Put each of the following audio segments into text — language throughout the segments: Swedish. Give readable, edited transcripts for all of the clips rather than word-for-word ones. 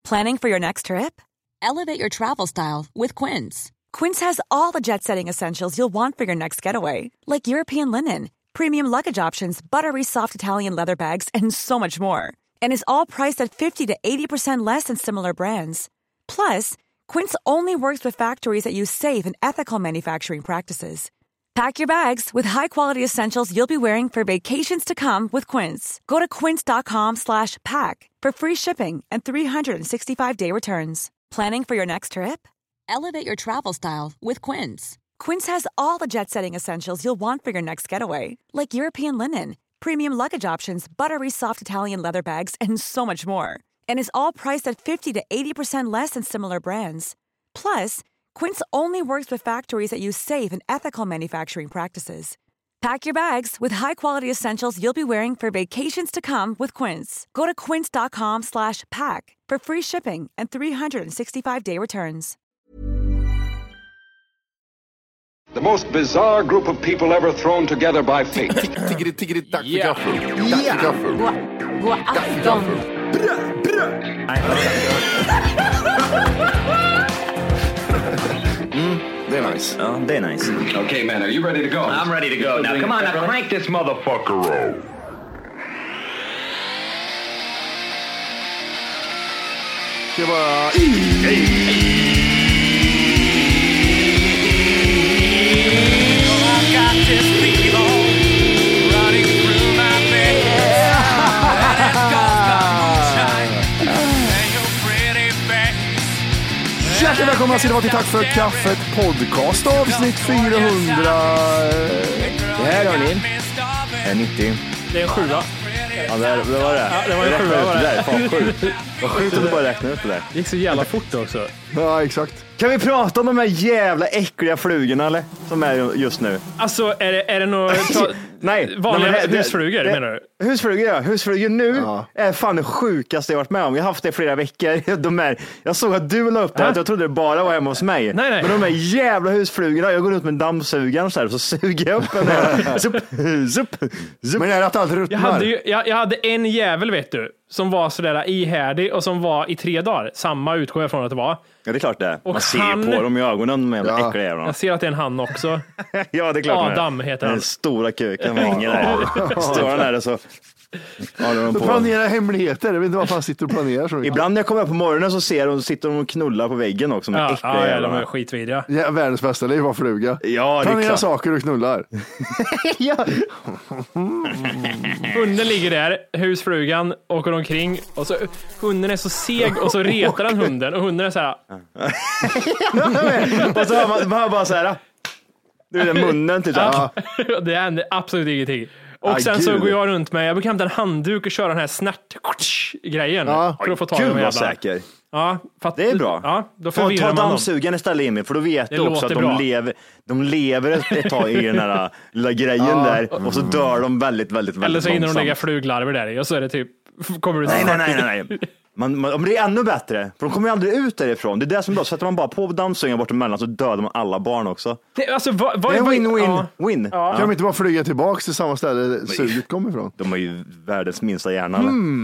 Planning for your next trip? Elevate your travel style with Quince. Quince has all the jet-setting essentials you'll want for your next getaway, like European linen, premium luggage options, buttery soft Italian leather bags, and so much more. And is all priced at 50 to 80% less than similar brands. Plus, Quince only works with factories that use safe and ethical manufacturing practices. Pack your bags with high-quality essentials you'll be wearing for vacations to come with Quince. Go to quince.com/pack for free shipping and 365-day returns. Planning for your next trip? Elevate your travel style with Quince. Quince has all the jet-setting essentials you'll want for your next getaway, like European linen, premium luggage options, buttery soft Italian leather bags, and so much more. And is all priced at 50 to 80% less than similar brands. Plus, Quince only works with factories that use safe and ethical manufacturing practices. Pack your bags with high-quality essentials you'll be wearing for vacations to come with Quince. Go to quince.com/pack for free shipping and 365-day returns. The most bizarre group of people ever thrown together by fate. Tiggeri, tack för gaffel. Tack för gaffel. God afton. Det är nice. Ja, det är nice. Okay, man, are you ready to go? I'm ready to go. Now, come on, now crank this motherfucker up. Det är bara... Hjärtligt välkomna ska det vara till Tack för kaffet podcast avsnitt 400. Det här hör ni. 90. Det är en 7. Ja, det var det. Ja, det var en 7. Det är fan sjukt. Vad sjukt att du bara räknar ut det där. Det gick så jävla fort också. Ja, exakt. Kan vi prata om de här jävla äckliga flugorna eller? Som är just nu. Alltså, är det några vanliga husflugor menar du? Husflugor, ja. Husflugor nu är fan det sjukaste jag varit med om. Jag har haft det i flera veckor. Jag såg att du la upp det här. Jag trodde det bara var hemma hos mig. Nej. Men de här jävla husflugorna, jag går ut med dammsugaren så här, så suger jag upp den där. Zup. Men är det att allt ruttnar? Jag hade en jävel, vet du, som var sådär ihärdig och som var i 3 dagar. Samma utgår jag från att det var. Ja, det är klart det. Och man ser ju på dem i ögonen med jävla äckliga jävlarna. Jag ser att det är en han också. Ja, det är klart. Adam heter han. Den stora kuken hänger där. Står han där så... Du planerar hemligheter. Jag vet inte vad fan sitter och planerar så. Ibland när jag kommer upp på morgonen så ser de sitter de och knullar på väggen också med äckliga jävlarna. De är skitvidriga. Ja, världens bästa liv var fluga. Ja, det är planera klart. saker och knullar. Ja. Hunden ligger där, husflugan åker omkring och så hunden är så seg och så retar han hunden och hunden är så här. Och så hör man bara så här. Du är den munnen till så. Det händer absolut ingenting. Och sen så går jag runt med, jag brukar hämta en handduk och köra den här snärt-grejen för att få tag i de jävla. Säker. Ja, det är bra. Ja, då förvirrar man ta dammsugaren istället, Emil, för då vet du också att de lever ett tag i den här lilla grejen där och så dör de väldigt eller så hinner de lägga fluglarver där i och så är det typ kommer du nej. Men det är ännu bättre, för de kommer ju aldrig ut därifrån. Det är det som är bra, sätter man bara på dammsugaren bort emellan så dödar man alla barn också. Det är win-win. Ja. Kan de inte bara flyga tillbaka till samma ställe suget kommer ifrån? De har ju världens minsta hjärna.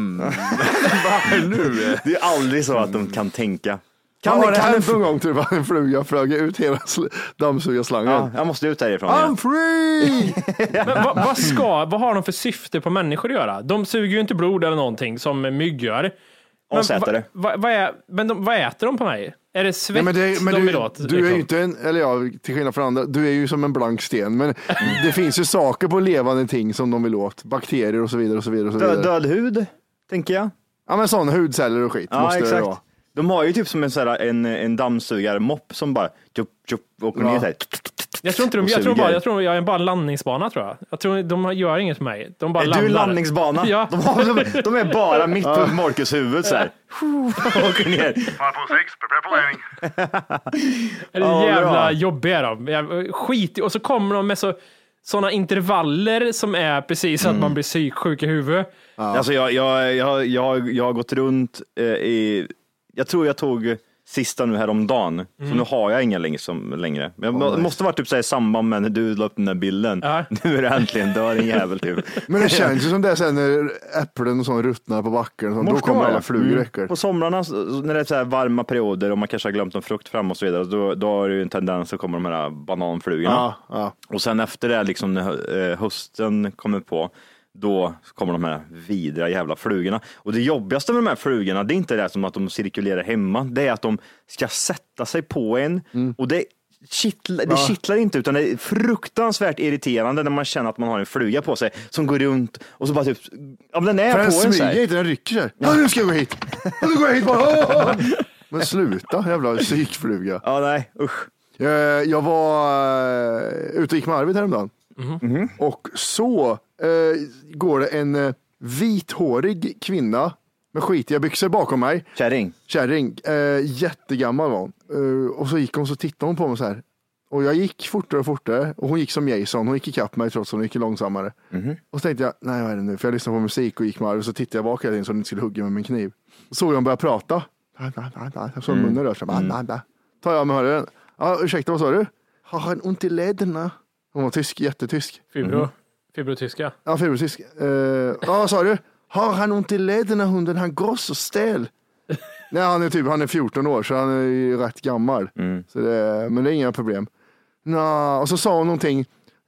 Nu? Det är aldrig så att de kan tänka. Kan det hänt en gång typ att en fluga flög ut hela dammsugarslangen? Ja, jag måste ut därifrån. I'm free! Men vad har de för syfte på människor att göra? De suger ju inte blod eller någonting som mygg gör. Asätare. Vad äter de på mig? Är det svett de vill åt? Du är ju inte till skillnad från andra, du är ju som en blank sten. Men det finns ju saker på levande ting som de vill åt. Bakterier och så vidare. Och så vidare. Död hud, tänker jag. Ja, men sådana hudceller och skit måste exakt. det vara. De har ju typ som en dammsugarmopp som bara åker ner här. Jag tror jag är bara en landningsbana, tror jag. Jag tror de gör inget för mig. De bara är du en landningsbana? Ja. De är bara mitt på Marcus huvud så här. Åker ner. 5 på 6, prepare for landing. Eller jävla jobbiga de. Skit. Och så kommer de med sådana intervaller som är precis att man blir psyksjuk i huvudet. Alltså jag har gått runt i... Jag tror jag tog sista nu häromdagen. Så nu har jag inga längre. Men jag måste vara typ så här i samband med när du la upp den där bilden. Nu är det äntligen dör en jävel typ. Men det känns ju som det sen när äpplen och sånt ruttnar på backen. Och då kommer alla flugor. På somrarna när det är så här varma perioder och man kanske har glömt en frukt fram och så vidare. Då har det ju en tendens att komma de här bananflugorna. Och sen efter det liksom när hösten kommer på, då kommer de här vidra jävla flugorna. Och det jobbigaste med de här flugorna, det är inte det som att de cirkulerar hemma. Det är att de ska sätta sig på en. Och det kittlar inte, utan det är fruktansvärt irriterande när man känner att man har en fluga på sig som går runt och så bara typ, den är för på en så här. Inte, den rycker sig. Nu ska jag gå hit. Nu går jag hit bara. Men sluta, jävla psykfluga. Nej, usch. Jag var ute och gick med Arvid häromdagen. Och så går det en vithårig kvinna med skitiga byxor bakom mig. Kärring. Jättegammal var hon. Och så gick hon, så tittade hon på mig så här. Och jag gick fortare och fortare. Och hon gick som Jason. Hon gick ikapp mig trots att hon gick långsammare. Och så tänkte jag, nej vad är det nu? För jag lyssnade på musik och gick med Arvid. Och så tittade jag bak hela tiden så hon inte skulle hugga med min kniv. Och så hon började prata. Så munnen rör sig. Tar jag med hörren. Ursäkta, vad sa du? Har han ont i lederna? Hon var tysk, jättetysk. Fibrotyska? Ja, fibrotysk. Vad sa du? Har han ont i lederna, hunden? Han går så stel. Nej, han är 14 år, så han är ju rätt gammal. Så men det är inga problem. Och så sa hon någonting.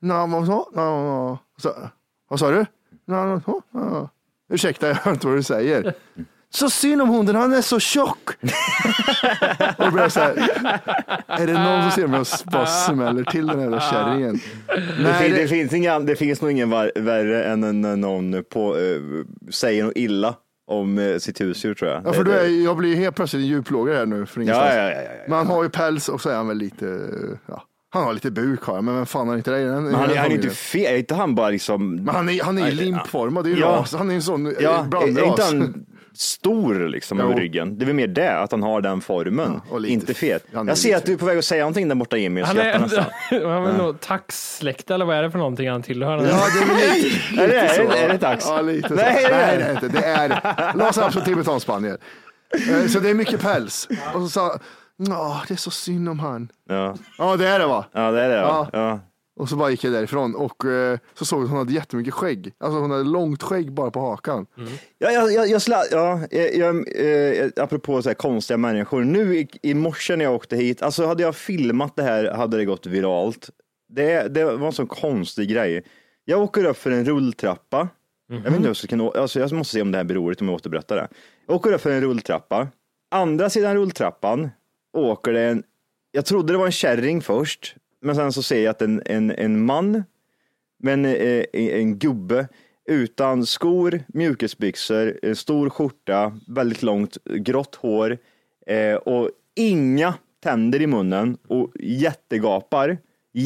Vad sa du? Ursäkta, jag hör inte vad du säger. Så synd om hunden, han är så tjock. Och börjar så här, är det någon som ser mig och bara smäller till den här kärringen? Det finns nog ingen värre än när någon säger något illa om sitt husdjur, tror jag. Ja, för jag blir helt plötsligt en djurplågare här nu. För ja. Man har ju päls och så är han väl lite... Han har lite buk, men vem fan har inte det? Men han är inte fel, inte han bara liksom... Men han är limpformad, det är ju ras. Han är en sån blandras. Är inte han stor liksom över ryggen? Det är väl mer det, att han har den formen. Inte fet. Jag ser att du är på väg att säga någonting där borta, Jimmy. Han är nog taxsläkte, eller vad är det för någonting han tillhör? Ja, det är lite... Är det tax? Ja, lite så. Nej, det är inte. Det är Lars Armstrong, tibetanspaniel. Så det är mycket päls. Och så sa det är så synd om han. Ja, det är det, va? Ja, det är det. Ja. Och så bara gick jag därifrån och så såg jag att hon hade jättemycket skägg. Alltså hon hade långt skägg bara på hakan. Apropå så här konstiga människor. Nu i morse när jag åkte hit, alltså hade jag filmat det här hade det gått viralt. Det var en sån konstig grej. Jag åker upp för en rulltrappa. Jag vet inte, jag måste se om det här beror om jag återberättar det. Jag åker upp för en rulltrappa. Andra sidan rulltrappan åker det jag trodde det var en kärring först. Men sen så ser jag att en man, men en gubbe utan skor, mjukisbyxor, stor skjorta, väldigt långt grått hår och inga tänder i munnen och jättegapar.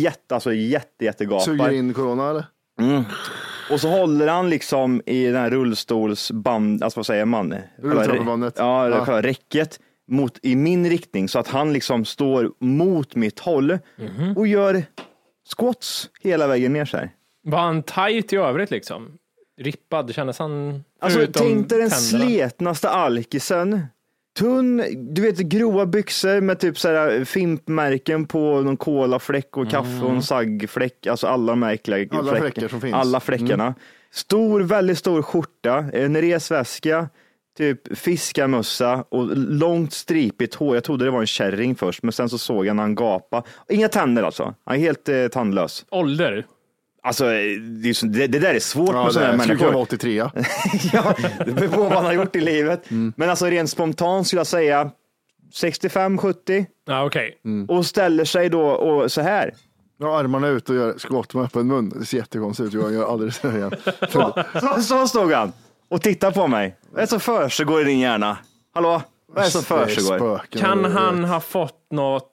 Jättegapar. Suger in corona, eller? Och så håller han liksom i den här rullstolsband, alltså vad säger man? Rulltrappebandet. Ja, själva räcket. I min riktning, så att han liksom står mot mitt håll och gör squats hela vägen ner sig. Var han tight i övrigt liksom? Rippad, kändes han? Alltså tänk dig den sletnaste alkisen. Tunn, du vet, grova byxor med typ såhär fimpmärken på någon kolafläck och kaffe och en saggfläck. Alltså alla de här äckliga fläckar som finns. Alla fläckarna. Väldigt stor skjorta, en resväska, typ fiskarmössa och långt stripigt hår. Jag trodde det var en kärring först, men sen så såg jag när han gapa. Inga tänder alltså. Han är helt tandlös. Ålder? Alltså, det där är svårt med sådana här människor. Jag skulle vara 83. Ja, det beror på vad han har gjort i livet. Men alltså rent spontant skulle jag säga 65-70. Ja, okej. Och ställer sig då och så här. Ja, armarna ut och gör skott med öppen mun. Det ser jättekonstigt ut. Jag gör aldrig så igen. Så stod han och tittade på mig. Vad är det som försiggår i din hjärna? Hallå? Vad är det som försiggår? Kan han ha fått något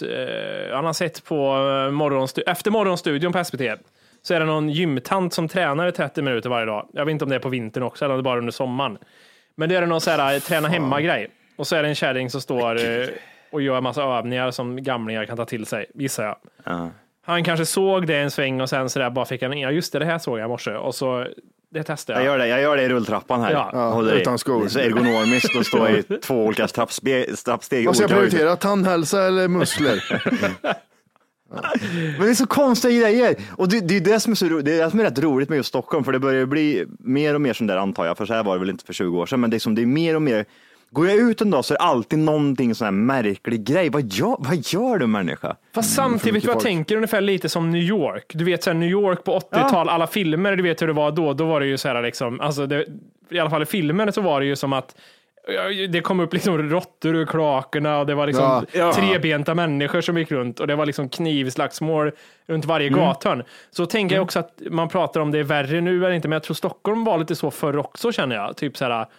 han har sett på efter morgonstudion på SVT, så är det någon gymtant som tränar i 30 minuter varje dag. Jag vet inte om det är på vintern också eller bara under sommaren. Men det är någon så här träna hemma-grej. Och så är det en kärring som står och gör en massa övningar som gamlingar kan ta till sig, gissar jag. Han kanske såg det en sväng och sen så där bara fick han, ja just det här såg jag i morse. Och så Det testar jag. Jag gör det i rulltrappan här. Ja, utan skor. Det är så ergonomiskt att stå i 2 olika trappsteg. Vad ska jag prioritera? Tandhälsa eller muskler? Men det är så konstiga grejer. Och det är det som är så roligt. Det är det som är rätt roligt med just Stockholm. För det börjar bli mer och mer som där, antar jag. För så här var det väl inte för 20 år sedan. Men det är mer och mer. Går jag ut en dag så är det alltid någonting sån här märklig grej. Vad gör du, människa? Fast samtidigt, jag tänker ungefär lite som New York. Du vet så här, New York på 80-tal, alla filmer, du vet hur det var då. Då var det ju så här liksom, alltså i alla fall i filmen så var det ju som att det kom upp liksom råttor ur kloakerna och det var liksom trebenta människor som gick runt och det var liksom knivslagsmål runt varje gathörn. Så tänker jag också att man pratar om det är värre nu eller inte, men jag tror Stockholm var lite så förr också, känner jag. Typ så här,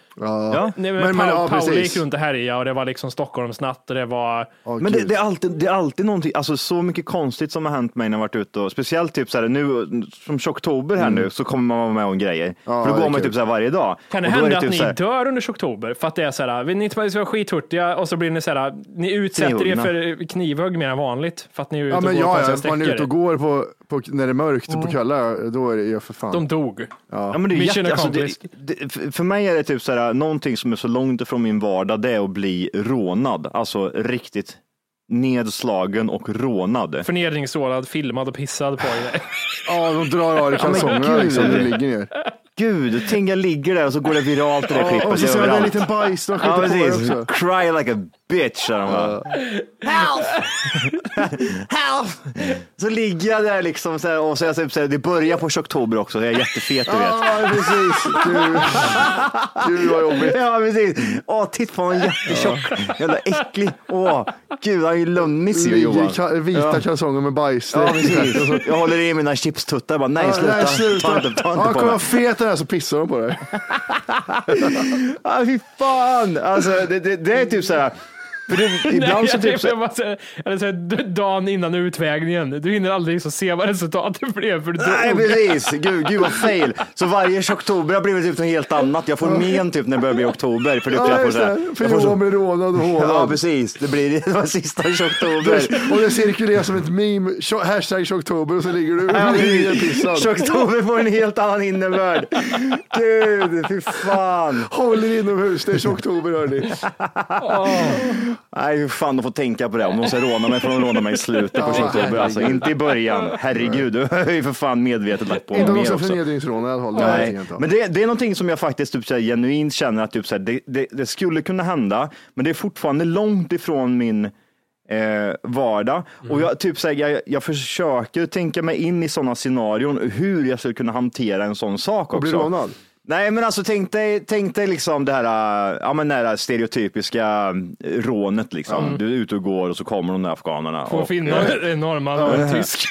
Paul gick runt och härjade och det var liksom Stockholmsnatt och det var... Men det är alltid någonting, alltså så mycket konstigt som har hänt mig när jag varit ute och speciellt typ så här nu, som oktober här nu, så kommer man vara med om grejer. För då går man typ så här varje dag. Kan det hända att ni dör under oktober? För att det är så här, ni inte vara skithurtiga och så blir ni så här, ni utsätter er för knivhugg mer än vanligt för att ni är ute och går man är ute och går på när det är mörkt på kvällar, då är det ju för fan. De dog. Ja, men det är alltså, för mig är det typ så här, någonting som är så långt ifrån min vardag, det är att bli rånad. Alltså riktigt nedslagen och rånad. Förnedringsrånad, filmad och pissad på dig. Ja, de drar av i kalsongerna liksom, det ligger ner. Gud, tänk jag ligger där och så går det viralt det där klippet. Och så ser det en liten bajs, de skiter på det också. Cry like a bitch. Help! Help! Så ligger jag där liksom så här, och så jag det börjar på oktober också, jag är jättefet, du vet. Ja, precis. Gud vad jobbigt. Ja, precis. Titt på en jättetjock, jävla äcklig. Gud, han är ju lömmis ju, Johan. Vita kalsonger med bajs. Ja, precis. Jag håller i mina chipstuttar, bara nej, sluta. Ta inte på mig. Fet den här så pissar de på dig. Fy fan. Alltså, det är typ så här. Ibland så typ dagen innan utvägningen. Du hinner aldrig så se vad resultatet blev. För nej, precis. Gud vad fail. Så varje oktober har blivit typ något helt annat. Jag får men typ när det börjar bli oktober. För jag blir rånad och hånad. Ja, precis. Det var sista oktober. Och det cirkulerar som ett meme. Hashtag oktober och så ligger du pissad. Oktober får en helt annan innebörd. Gud, fy fan. Håll er inomhus, det är oktober, hörni. Nej, hur fan, de får tänka på det. Om de ska råna mig får de råna mig i slutet på oktober. Alltså, inte i början. Herregud, du har ju för fan medvetet lagt på inte mer också. också. Nej, men det är någonting som jag faktiskt typ, så här, genuint känner att typ, så här, det skulle kunna hända. Men det är fortfarande långt ifrån min vardag. Och jag, typ, så här, jag försöker tänka mig in i sådana scenarion hur jag skulle kunna hantera en sån sak också. Och bli rånad? Nej, men alltså tänk dig liksom det här, nära stereotypiska rånet liksom. Du är ute och går och så kommer de där afghanerna. Får finna en norrman och en tysk.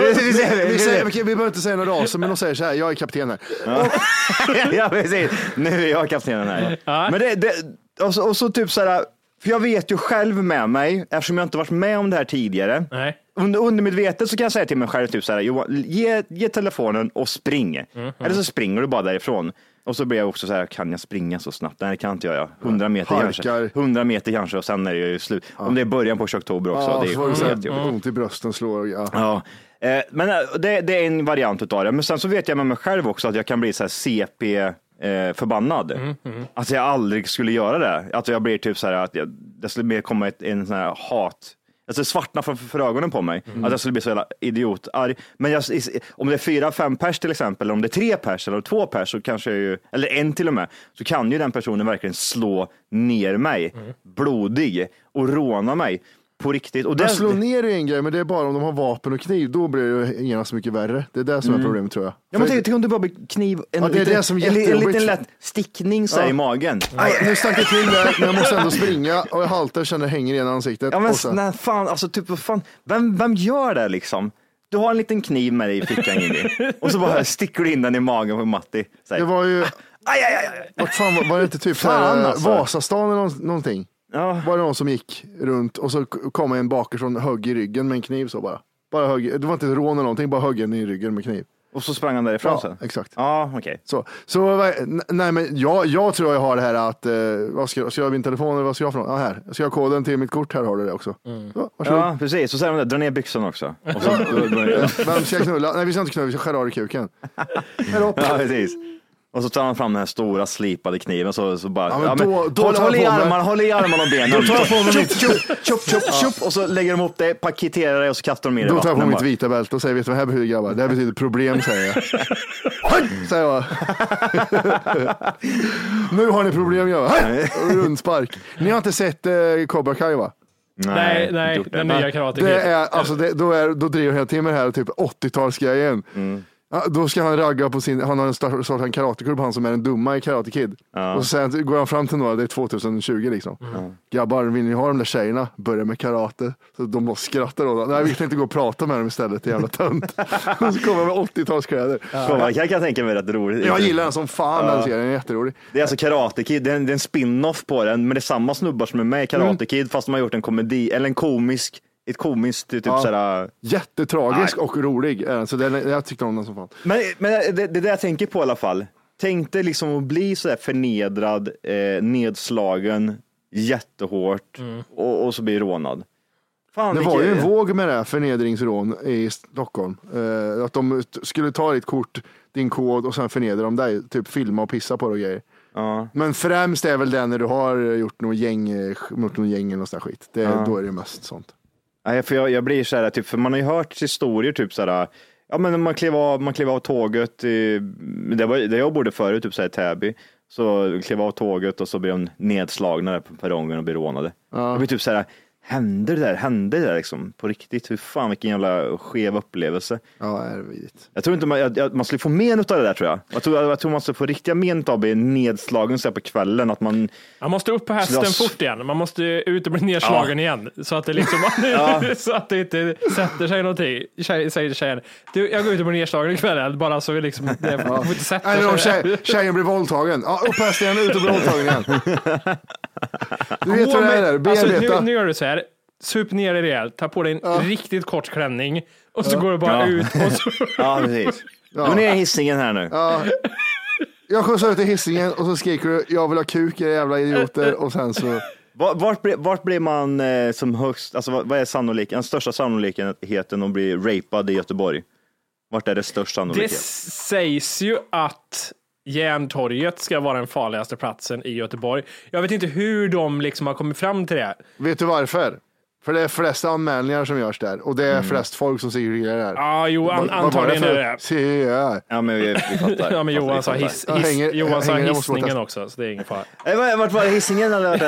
Vi behöver inte säga några raser, men de säger så här, jag är kapten här. Ja, precis. Nu är jag kaptenen här. Men och så typ så här, för jag vet ju själv med mig, eftersom jag inte varit med om det här tidigare. Nej. Undermedvetet så kan jag säga till mig själv typ så här, Johan, ge telefonen och spring. Eller så springer du bara därifrån. Och så blir jag också så här, kan jag springa så snabbt? Nej, det kan inte jag. 100 meter kanske. 100 meter kanske och sen är det ju slut. Om det är början på oktober också. Ja, det är ju ont i brösten slår. Ja. Men det är en variant av det. Men sen så vet jag med mig själv också att jag kan bli så här CP förbannad. Att jag aldrig skulle göra det. Att jag blir typ så här att det skulle mer komma en sån här hat. Alltså svartna för ögonen på mig. Att jag skulle bli så jävla idiotarg. Men om det är 4-5 pers till exempel, eller om det är 3 pers eller 2 pers så kanske eller en till och med, så kan ju den personen verkligen slå ner mig blodig och råna mig på riktigt. Och det slår ner är en grej, men det är bara om de har vapen och kniv, då blir det genast mycket värre. Det är det som är problemet, tror jag. Ja, men tänk om du bara blir kniv, en liten lätt stickning så här i magen. Nu stack jag till där, men jag måste ändå springa och jag haltar och känner hänger igen ansiktet. Ja, men fan, alltså typ fan, vem gör det liksom? Du har en liten kniv med dig i fickan och så bara sticker du in den i magen på Matti. Det var ju Vart fan var det inte typ alltså. Vasastan eller någonting? Ja. Var det någon som gick runt och så kom en bakifrån högg i ryggen med en kniv så bara högg. Det var inte ett rån eller någonting, bara högg i ryggen med kniv. Och så sprang han därifrån sen? Exakt. Ja, okej. Så nej, men jag tror jag har det här att vad ska jag ha min telefon eller vad ska jag ha för något? Ja, här. Ska jag ha koden till mitt kort? Här har du det också. Så, ja, precis. Så säger de det, dra ner byxorna också. Och så, vem ska jag knulla? Nej, vi ska inte knulla, vi ska skära av i kuken. Ja, precis. Och så tar han fram den här stora slipade kniven så bara håll i armarna och benen. Då tar jag på mig mitt och så lägger de upp det, paketerar det och så kastar de i det. Då tar jag på mitt vita bälte och säger, vet du vad här betyder, grabbar? Det här betyder problem, säger jag. Säger jag. Nu har ni problem, grabbar. Rundspark. Ni har inte sett Cobra Kai, va? Nej, den nya Karate Kid. Det är, alltså då driver hela timmen här typ 80-talsgrejen. Ja, då ska han ragga på han har en karateklubb, han som är en dumma i Karate Kid. Och så går han fram till några, det är 2020 liksom. Grabbar, vill ni ha de där tjejerna? Börja med karate. Så de måste skratta då. Nej, vi kan inte gå och prata med dem istället, det är jävla tönt. Och så kommer med 80-talskläder. Jag kan tänka mig rätt roligt. Jag gillar den som fan, den serien är jätterolig. Det är alltså Karate Kid, det är en spin-off på den, men det är samma snubbar som är med i Karate Kid, fast de har gjort en komedi, eller ett komiskt typ sådär. Jättetragisk och rolig. Så jag tyckte om den som fan. Men det jag tänker på i alla fall. Tänk dig liksom att bli sådär förnedrad, nedslagen, jättehårt och så bli rånad. Fan, det var ju en våg med det här förnedringsrån i Stockholm. Att de skulle ta ditt kort, din kod och sen förnedra dem dig. Typ filma och pissa på det och grejer. Men främst är väl det när du har gjort någon gäng och sådär skit. Då är det mest sånt. Nej, för jag blir så här, typ, för man har ju hört historier typ så här, ja men man klev av tåget det jag bodde förut typ så här i Täby, så klev av tåget och så blev de nedslagna där på perrongen och blev rånade. Det blir typ så här, hände det där liksom på riktigt? Hur fan, vilken jävla skev upplevelse. Ja, är det vidigt. Jag tror inte man skulle få men av det där, tror jag. Jag tror man skulle få riktiga men av att bli nedslagen så här på kvällen, att man måste upp på hästen fort igen. Man måste ut och bli nedslagen igen, så att det liksom så att det inte sätter sig någonting. Säger tjejen, du, jag går ut och blir nedslagen ikväll, bara så vi liksom det får inte sätta sig. Tjejen blir våldtagen. Upp hästen igen, ut och blir våldtagen igen. Du vet vad det är där. Alltså, nu gör du så här. Sup ner dig rejält, ta på dig en riktigt kort klänning och så går du bara ut och så... Ja, precis. Nu ner i Hisingen här nu. Jag skjutsar ut i Hisingen och så skriker du, jag vill ha kuk, jävla idioter, och sen så... Vart blir man som högst, alltså vad är den största sannolikheten att bli rapad i Göteborg? Vart är det största sannolikheten? Det sägs ju att Järntorget ska vara den farligaste platsen i Göteborg. Jag vet inte hur de liksom har kommit fram till det. Vet du varför? För det är flest anmälningar som görs där. Och det är flest folk som segregerar där. Ja, antagligen är det. Se här. Ja, men vi fattar. Ja, men Johan sa Hisingen också, så det är ingen fara. Vart var det Hisingen eller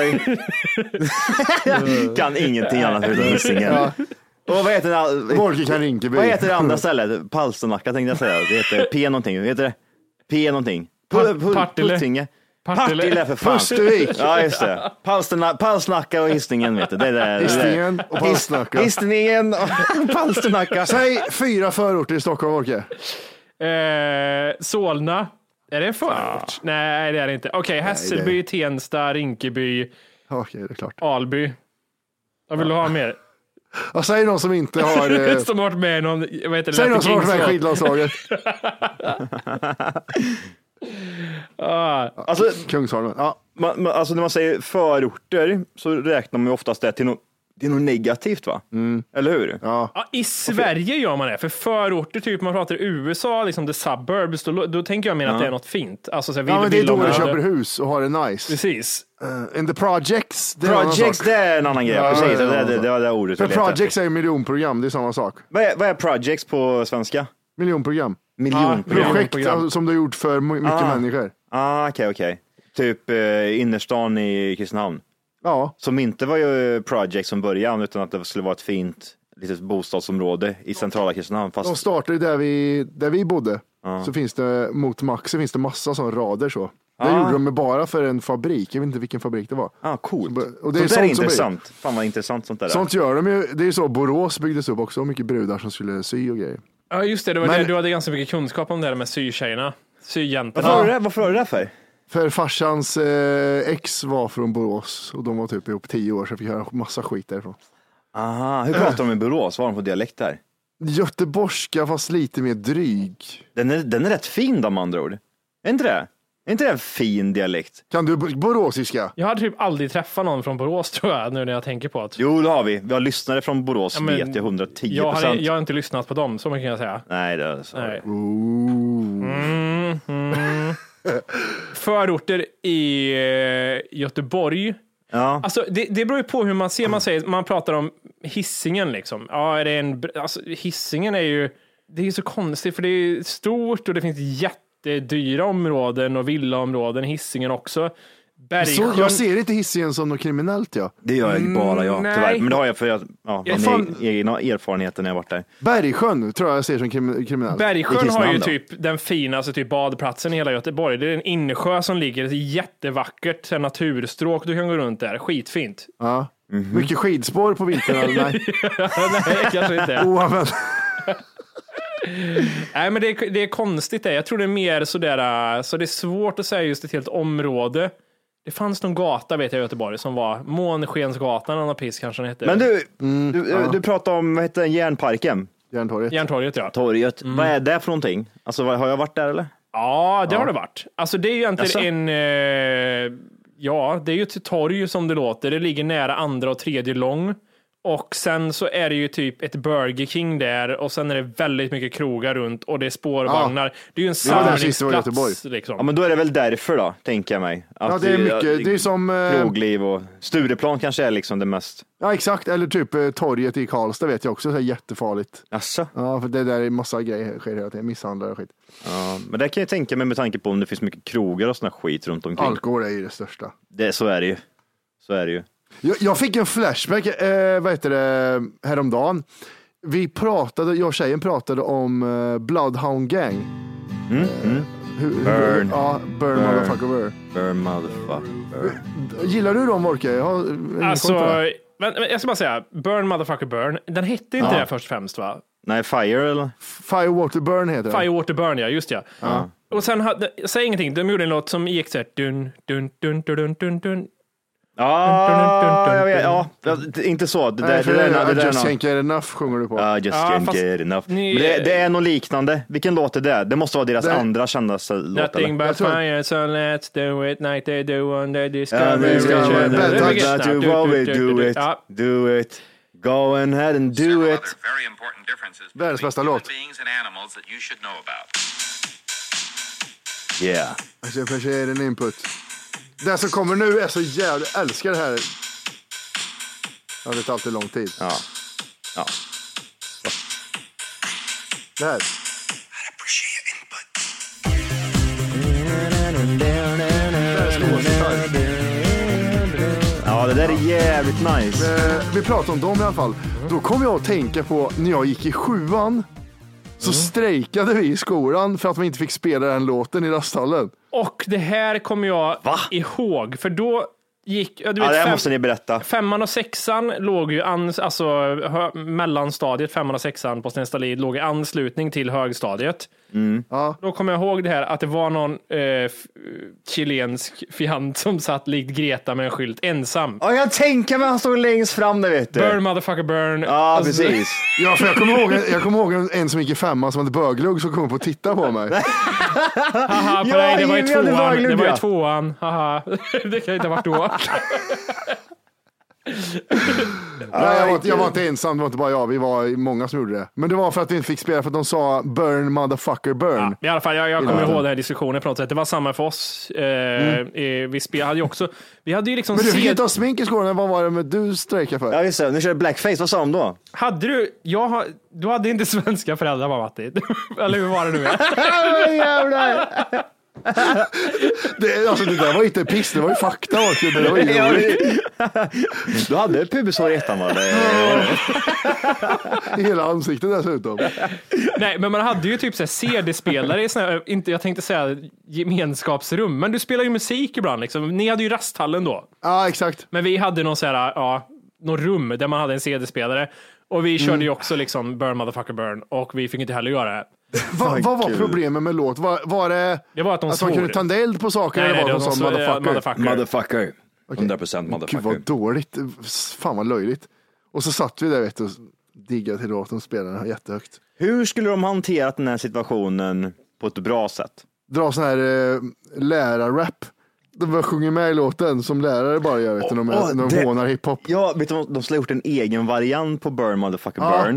kan ingenting annat än Hisingen. Och vad heter vad heter det andra stället? Palsternacka tänkte jag säga. Det heter P någonting. Heter det P någonting? Partille. Partille för fan. Pustervik. Ja, just det. Palsternacka och Hisingen, vet du. Det är Hisingen och Palsternacka. Hisingen och Palsternacka. Säg 4 förorter i Stockholm, Orke. Solna. Är det en förort? Nej, det är det inte. Okej, Hässelby, Tensta, Rinkeby. Okej, det är klart. Alby. Jag vill ha mer. Ja, säg någon som inte har... som har varit med i någon... Vad heter det? Säg någon som har varit med i skidlandslaget. Alltså, Kungsholmen. Alltså när man säger förorter så räknar man ju oftast det till något negativt, va? Eller hur? Ja, i Sverige gör man det. För förorter, typ man pratar i USA, liksom the suburbs, då tänker jag mer att det är något fint. Alltså, så men det är då du köper hus och har det nice. Precis. In the projects. Det är en annan grej. Precis. Det var det ordet. För projects är miljonprogram, det är samma sak. Vad är projects på svenska? Miljonprogram. Projekt som du har gjort för mycket människor. Okej. Typ innerstan i Kristinehamn. Ja. Som inte var ju project som början, utan att det skulle vara ett fint litet bostadsområde i centrala Kristinehamn. De startade där vi bodde. Så finns det mot Maxi finns det massa sån rader så. Det gjorde de bara för en fabrik. Jag vet inte vilken fabrik det var. Coolt. Och det är intressant. Fan vad intressant sånt där. Sånt gör de ju. Det är ju så, Borås byggdes upp också. Mycket brudar som skulle sy och grejer. Ja, just det. Du hade ganska mycket kunskap om det där med sytjejerna. Syjäntorna. Varför var det där för? För farsans ex var från Borås och de var typ ihop 10 år så jag fick höra massa skit därifrån. Aha, hur pratar de i Borås? Vad har de på dialekt där? Göteborgska fast lite mer dryg. Den är rätt fin de andra ord. Är inte det? Är inte det en fin dialekt? Kan du boråsiska? Jag har typ aldrig träffat någon från Borås, tror jag, nu när jag tänker på det. Jo, det har vi. Vi har lyssnare från Borås, vet jag 110%. Jag har inte lyssnat på dem, så mycket kan jag säga. Nej, det är så. Nej. förorter i Göteborg. Ja. Alltså, det beror ju på hur man ser. Man pratar om Hisingen liksom. Ja, är det alltså, Hisingen är ju, det är så konstigt för det är stort och det finns jättedyra områden och villaområden i Hisingen också. Så jag ser inte Hisingen som något kriminellt, ja. Det gör jag bara, ja, tyvärr. Men det har jag för fan... egna erfarenheter när jag varit där. Bergsjön tror jag ser som kriminellt. Bergsjön har ju typ den finaste typ badplatsen i hela Göteborg. Det är en insjö som ligger, det är jättevackert naturstråk, du kan gå runt där, skitfint. Ja. Mycket skidspår på vintern, eller nej? Nej, kanske inte. Nej, men det är konstigt det. Jag tror det är mer sådär, så det är svårt att säga just ett helt område. Det fanns någon gata vet jag i Göteborg som var Månskensgatan, någon piss kanske den hette. Men du pratade om, vad heter den, Järnparken? Järntorget, ja. Torget. Vad är det för någonting? Alltså, har jag varit där eller? Ja, det har det varit. Alltså det är ju egentligen det är ju ett torg som det låter. Det ligger nära andra och tredje lång. Och sen så är det ju typ ett Burger King där och sen är det väldigt mycket krogar runt och det är spårvagnar. Det är ju en samlingsplats liksom. Ja, men då är det väl därför då, tänker jag mig. Att det är mycket, det är som krogliv och Stureplan kanske är liksom det mest. Ja, exakt, eller typ torget i Karlstad vet jag också, så är jättefarligt. Asså? Ja, för det där är massa grejer sker hela tiden, misshandlar och skit. Ja, men det kan jag tänka mig med tanke på om det finns mycket krogar och såna skit runt omkring. Alkohol är ju det största. Så är det ju. Jag fick en flashback häromdagen. Jag och tjejen pratade om Bloodhound Gang. Burn. Burn motherfucker burn. Burn motherfucker burn. Gillar du dem, Orke? Alltså, jag ska bara säga, Burn motherfucker burn. Den hette inte det först och främst, va? Nej, Fire eller? Firewater Burn heter det. Firewater Burn, ja, just ja. Och sen säg ingenting, de gjorde en låt som gick så här dun dun dun dun dun dun. Jag vet, inte så. Det där Just Can't Get Enough sjunger du på. Ja, Just Can't Get Enough. Men det är något liknande. Vilken låt är det? Det måste vara deras andra kändaste låt. Nothing but fire, so let's do it like they do on the Discovery. Do it. Go ahead and do it. Världens bästa låt. Yeah. Jag ska ge en input. Det som kommer nu är så jävla... Jag älskar det här. Ja, det tar alltid lång tid. Ja. Det här. Ja, det där är jävligt nice. Vi pratar om dem i alla fall. Då kom jag att tänka på när jag gick i 7:an. Så strejkade vi i skolan för att vi inte fick spela den låten i rasthallen. Och det här kommer jag ihåg, för då gick... Du vet, det här måste ni berätta. 5:an och 6:an låg ju, mellanstadiet, 5:an och 6:an på Stenstalid låg i anslutning till högstadiet. Ja. Då kommer jag ihåg det här, att det var någon chilensk fjant som satt likt Greta med en skylt ensam. Ja, jag tänker mig han stod längst fram där, vet du. Burn motherfucker burn. Ja, precis. Ja, för jag kommer ihåg en som gick i 5:an som hade böglugg som kom på att titta på mig. Haha, på dig, det var i 2:an. Det var i 2:an. Haha, det kan inte ha varit då. Nej, jag var inte ensam, det var inte bara jag, vi var många som gjorde det. Men det var för att vi inte fick spela, för att de sa burn motherfucker burn. Ja, i alla fall, jag kommer ihåg den här diskussionen på något sätt. Det var samma för oss. Vi hade ju också, vi hade ju liksom... Men du fick inte ha smink i skolan, vad var det med du strejkade för? Ja, just det, nu körde blackface, vad sa de då? Hade du, du hade inte svenska föräldrar, va, Matti? Eller hur var det nu? Jävlar! Det där var inte piss, det var ju fakta. Det var ju du hade pubishår i ettan, va? Hela ansiktet dessutom. Nej, men man hade ju typ så här CD-spelare i såna, inte, jag tänkte säga gemenskapsrum, men du spelar ju musik ibland liksom. Ni hade ju rasthallen då. Ja, exakt. Men vi hade någon så här, någon rum där man hade en CD-spelare. Och vi körde ju också liksom Burn motherfucker burn. Och vi fick inte heller göra det. Vad var problemet med låt? Var det var att de kunde ta en eld på saker? Nej, eller var de sa motherfucker. 100% motherfucker. Gud vad dåligt. Fan vad löjligt. Och så satt vi där, vet du, och diggade till låten och spelade den jättehögt. Hur skulle de hanterat den här situationen på ett bra sätt? Dra sån här lärarrap. De sjunger med i låten som lärare bara gör, vet du, när de hånar hiphop. Ja, vet du, de skulle ha gjort en egen variant på Burn motherfucker burn.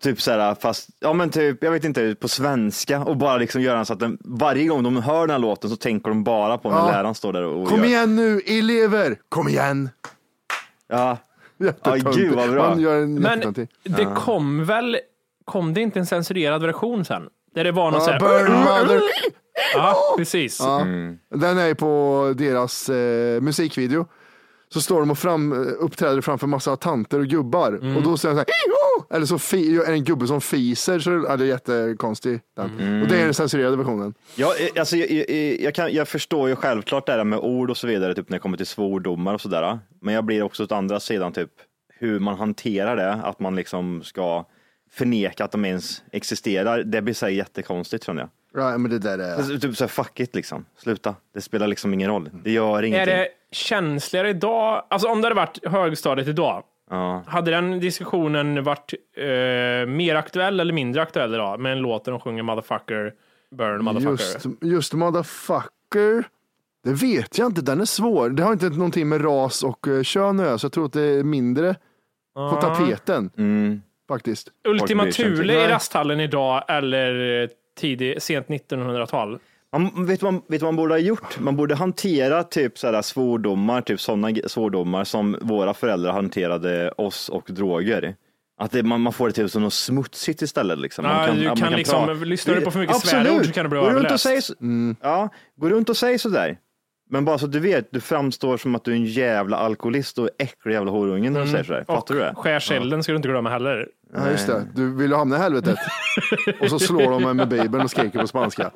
Typ såhär, fast, ja men typ, jag vet inte, på svenska och bara liksom göra den så att varje gång de hör den här låten så tänker de bara på när läraren står där och kom igen nu, elever, kom igen. Ja, gud vad bra. Men det kom det inte en censurerad version sen? Där det var något såhär... Burn mother. Ja, precis. Ja. Den är på deras musikvideo. Så står de och uppträder framför massa tanter och gubbar. Och då säger de såhär, eller så är det en gubbe som fiser, så är det jättekonstigt. Och det är den censurerade versionen. Ja, alltså, jag förstår ju självklart det här med ord och så vidare, typ när det kommer till svordomar och sådär. Men jag blir också åt andra sidan typ hur man hanterar det, att man liksom ska förneka att de ens existerar. Det blir så jättekonstigt, tror jag. Ja, men det där är... Typ så här, fuck it liksom. Sluta. Det spelar liksom ingen roll. Det gör ingenting. Är det känsligare idag? Alltså om det hade varit högstadiet idag, hade den diskussionen varit mer aktuell eller mindre aktuell idag med en låt där de sjunger motherfucker, burn motherfucker? Just motherfucker, det vet jag inte. Den är svår. Det har inte någonting med ras och kön att göra, så jag tror att det är mindre på tapeten. Faktiskt. Ultima Thule i rasthallen idag eller sent 1900-tal? Vet du vad man borde ha gjort? Man borde hantera typ sådär svordomar, typ sådana svordomar som våra föräldrar hanterade oss och droger. Att man får det till som något smutsigt istället. Liksom. Du kan liksom, lyssnar du på för mycket svärord så kan du bli överläst. Gå runt och säg sådär. Men bara så att du vet, du framstår som att du är en jävla alkoholist och äcklig jävla horungen när du säger sådär. Fattar du det? Skärselden ska du inte glömma heller. Ja, just det. Du vill hamna i helvetet. Och så slår de med Bibeln och skriker på spanska.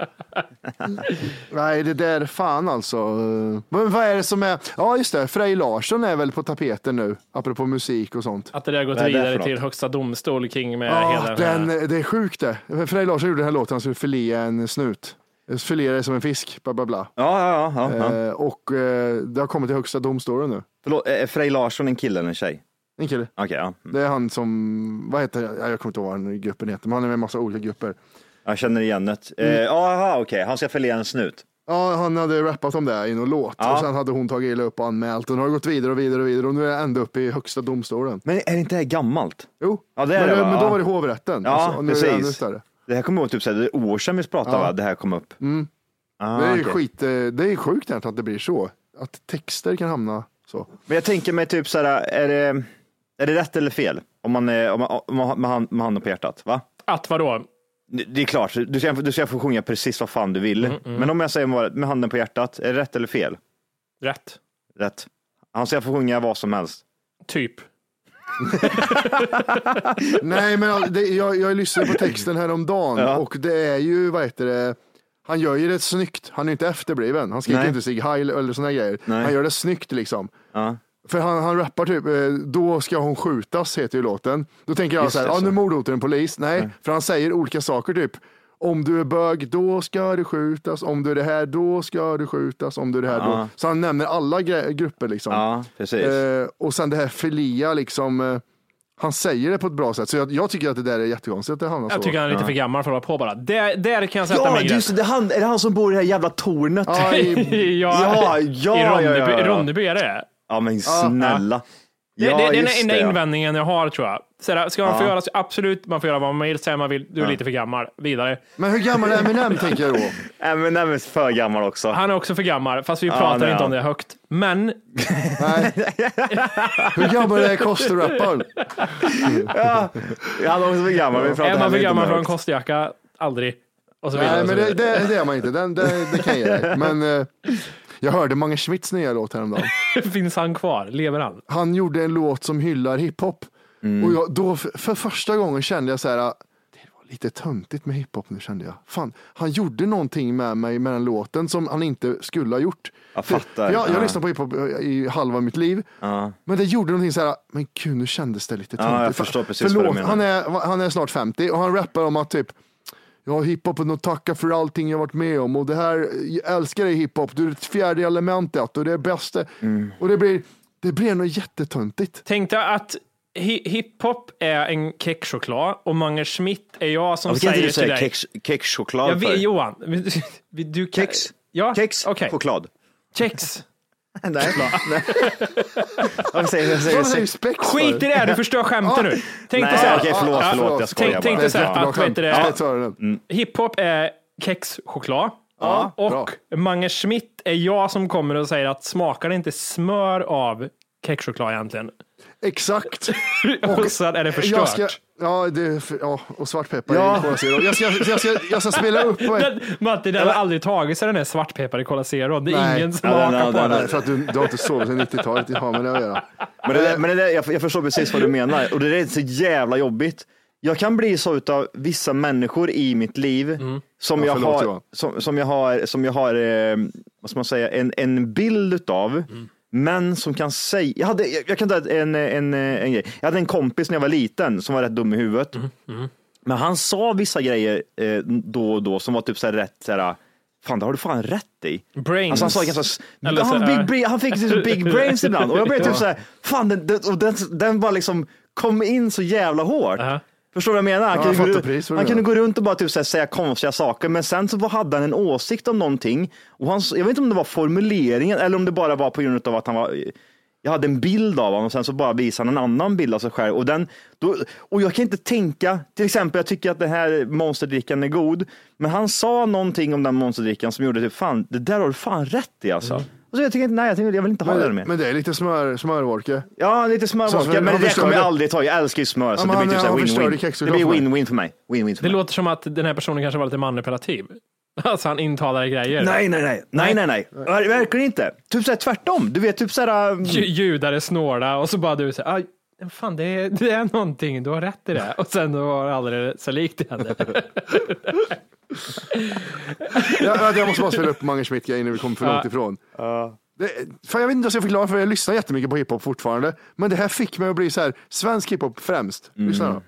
Nej, det där fan alltså. Men vad är det som är... Ja, just det. Frej Larsson är väl på tapeten nu, apropå musik och sånt. Att det där gått vidare till högsta domstol kring med hela det är sjukt det. Frej Larsson gjorde den här låten, han skulle filea en snut. Filera det som en fisk, bla bla bla. Ja. Och det har kommit till högsta domstolen nu. Förlåt, är Frej Larsson en kille eller en tjej? En kille. Okay, ja. Det är han som, vad heter det? Jag kommer inte ihåg vad den gruppen heter, men han är med en massa olika grupper. Jag känner igen det. Okej. Han ska filera en snut. Ja, han hade rappat om det i någon låt. Ja. Och sen hade hon tagit illa upp och anmält. Och nu har det gått vidare och nu är det ända uppe i högsta domstolen. Men är det inte det här gammalt? Jo, ja, det är det, men då var det hovrätten. Ja, alltså, och nu precis. är det ännu större. Det här kommer ihåg typ så här, det är år sedan vi pratade, va? Det här kom upp. Det är det är sjukt att det blir så. Att texter kan hamna så. Men jag tänker mig typ så här, är det rätt eller fel? Om man med handen på hjärtat, va? Att vadå? Det är klart, du ska få sjunga precis vad fan du vill. Men om jag säger med handen på hjärtat, är det rätt eller fel? Rätt. Han ska få sjunga vad som helst. Typ. Nej, men jag lyssnade på texten här om dagen och det är ju, vad heter det, han gör ju det snyggt. Han är inte efterbliven. Han skriker inte sig high eller såna grejer. Nej. Han gör det snyggt liksom. För han rappar typ, då ska hon skjutas, heter ju låten. Då tänker jag så här, nu mordhotar en polis. Nej, för han säger olika saker typ. Om du är bög, då ska du skjutas. Om du är det här, då ska du skjutas. Om du är det här, då. Så han nämner alla grupper liksom. Ja, precis. Och sen det här filia liksom. Han säger det på ett bra sätt. Så jag tycker att det där är jättekonstigt att det hamnar så. Jag tycker han är lite för gammal för att vara på bara. Där kan jag sätta mig i just det. Är det han som bor i det här jävla tornet? I Ronneby är det. Ja, men snälla. Det är den enda invändningen jag har, tror jag. Så ska man få göra, absolut, man får göra vad man vill, säga man vill, du är lite för gammal, vidare. Men hur gammal är Eminem, tänker jag då? Eminem är för gammal också. Han är också för gammal, fast vi pratar inte om det högt. Men... Nej. Hur gammal är Koster-rapparen? Han är också för gammal. Är man för gammal för en kostjacka? Aldrig. Och så vidare. Nej, men det är man inte. Det kan jag göra. Men... jag hörde Mange Schmitts nya låt häromdagen. Finns han kvar? Lever han? Han gjorde en låt som hyllar hiphop. Och då för första gången kände jag så här, det var lite töntigt med hiphop nu, kände jag. Fan, han gjorde någonting med mig med den låten som han inte skulle ha gjort. Jag fattar. Jag lyssnade på hiphop i halva mitt liv. Men det gjorde någonting så här, men gud, nu kändes det lite töntigt. Jag förstår precis vad du menar. Han är snart 50 och han rappar om att typ, ja, hiphopen och tacka för allting jag varit med om och det här, jag älskar dig hiphop, du är ett fjärde elementet och det är bästa. Och det blir nog jättetöntigt. Tänkte att hiphop är en kexchoklad och Mange Schmidt är jag som säger till dig. Kexchoklad för? Johan, Kex? Ja, kex, okay. choklad. Kex. Nej. Jag säger skit i det här, du förstår skämtet nu. Tänk dig så här. Okej, förlåt, jag skojar bara. Tänk dig så här att hiphop är kexchoklad. Ja, och bra. Mange Schmidt är jag som kommer och säger att smakar det inte smör av kexchoklad egentligen? Exakt. Och sen är det förstört. Och svartpeppar i Cola Zero. Jag ska spela upp Matti, det har aldrig tagit sig den där svartpeppar i Cola Zero. Det är ingen som smakar på den. För att du har inte sovit sedan 90-talet. Det har med det att göra. Men jag förstår precis vad du menar. Och det är så jävla jobbigt. Jag kan bli så utav vissa människor i mitt liv som jag har vad ska man säga, en bild utav. Men som kan säga, jag kan ta en grej. Jag hade en kompis när jag var liten som var rätt dum i huvudet. Men han sa vissa grejer då och då som var typ så här rätt så här, fan, det har du fan rätt i. Brains. Alltså han fick så big brains ibland. Och jag blev typ så här, fan, den bara liksom kom in så jävla hårt. Förstår du vad jag menar? Han kunde gå runt och bara typ säga konstiga saker, men sen så hade han en åsikt om någonting. Och jag vet inte om det var formuleringen eller om det bara var på grund av att jag hade en bild av honom och sen så bara visade han en annan bild av sig själv. Och jag kan inte tänka, till exempel jag tycker att den här monsterdrickan är god, men han sa någonting om den monsterdrickan som gjorde typ, fan, det där har du fan rätt i alltså. Och så jag tycker inte, jag vill inte ha det mer. Men det är lite smörvorke. Ja, lite smörvorke, men det kommer jag aldrig ta. Jag älskar ju smör, så det blir typ win-win. Det blir win-win för mig. Det låter som att den här personen kanske var lite manipulativ. Alltså han intalar grejer. Nej. Verkligen inte. Typ såhär tvärtom. Du vet, typ såhär... Judar är snåla och så bara du säger, fan det är någonting, du har rätt i det. Och sen då var det aldrig så likt det hände. Jag måste bara spela upp Mange Schmidt innan vi kommer för långt ifrån. För jag vet inte vad jag förklarar, för jag lyssnar jättemycket på hiphop fortfarande. Men det här fick mig att bli så här, svensk hiphop främst. Lyssna då.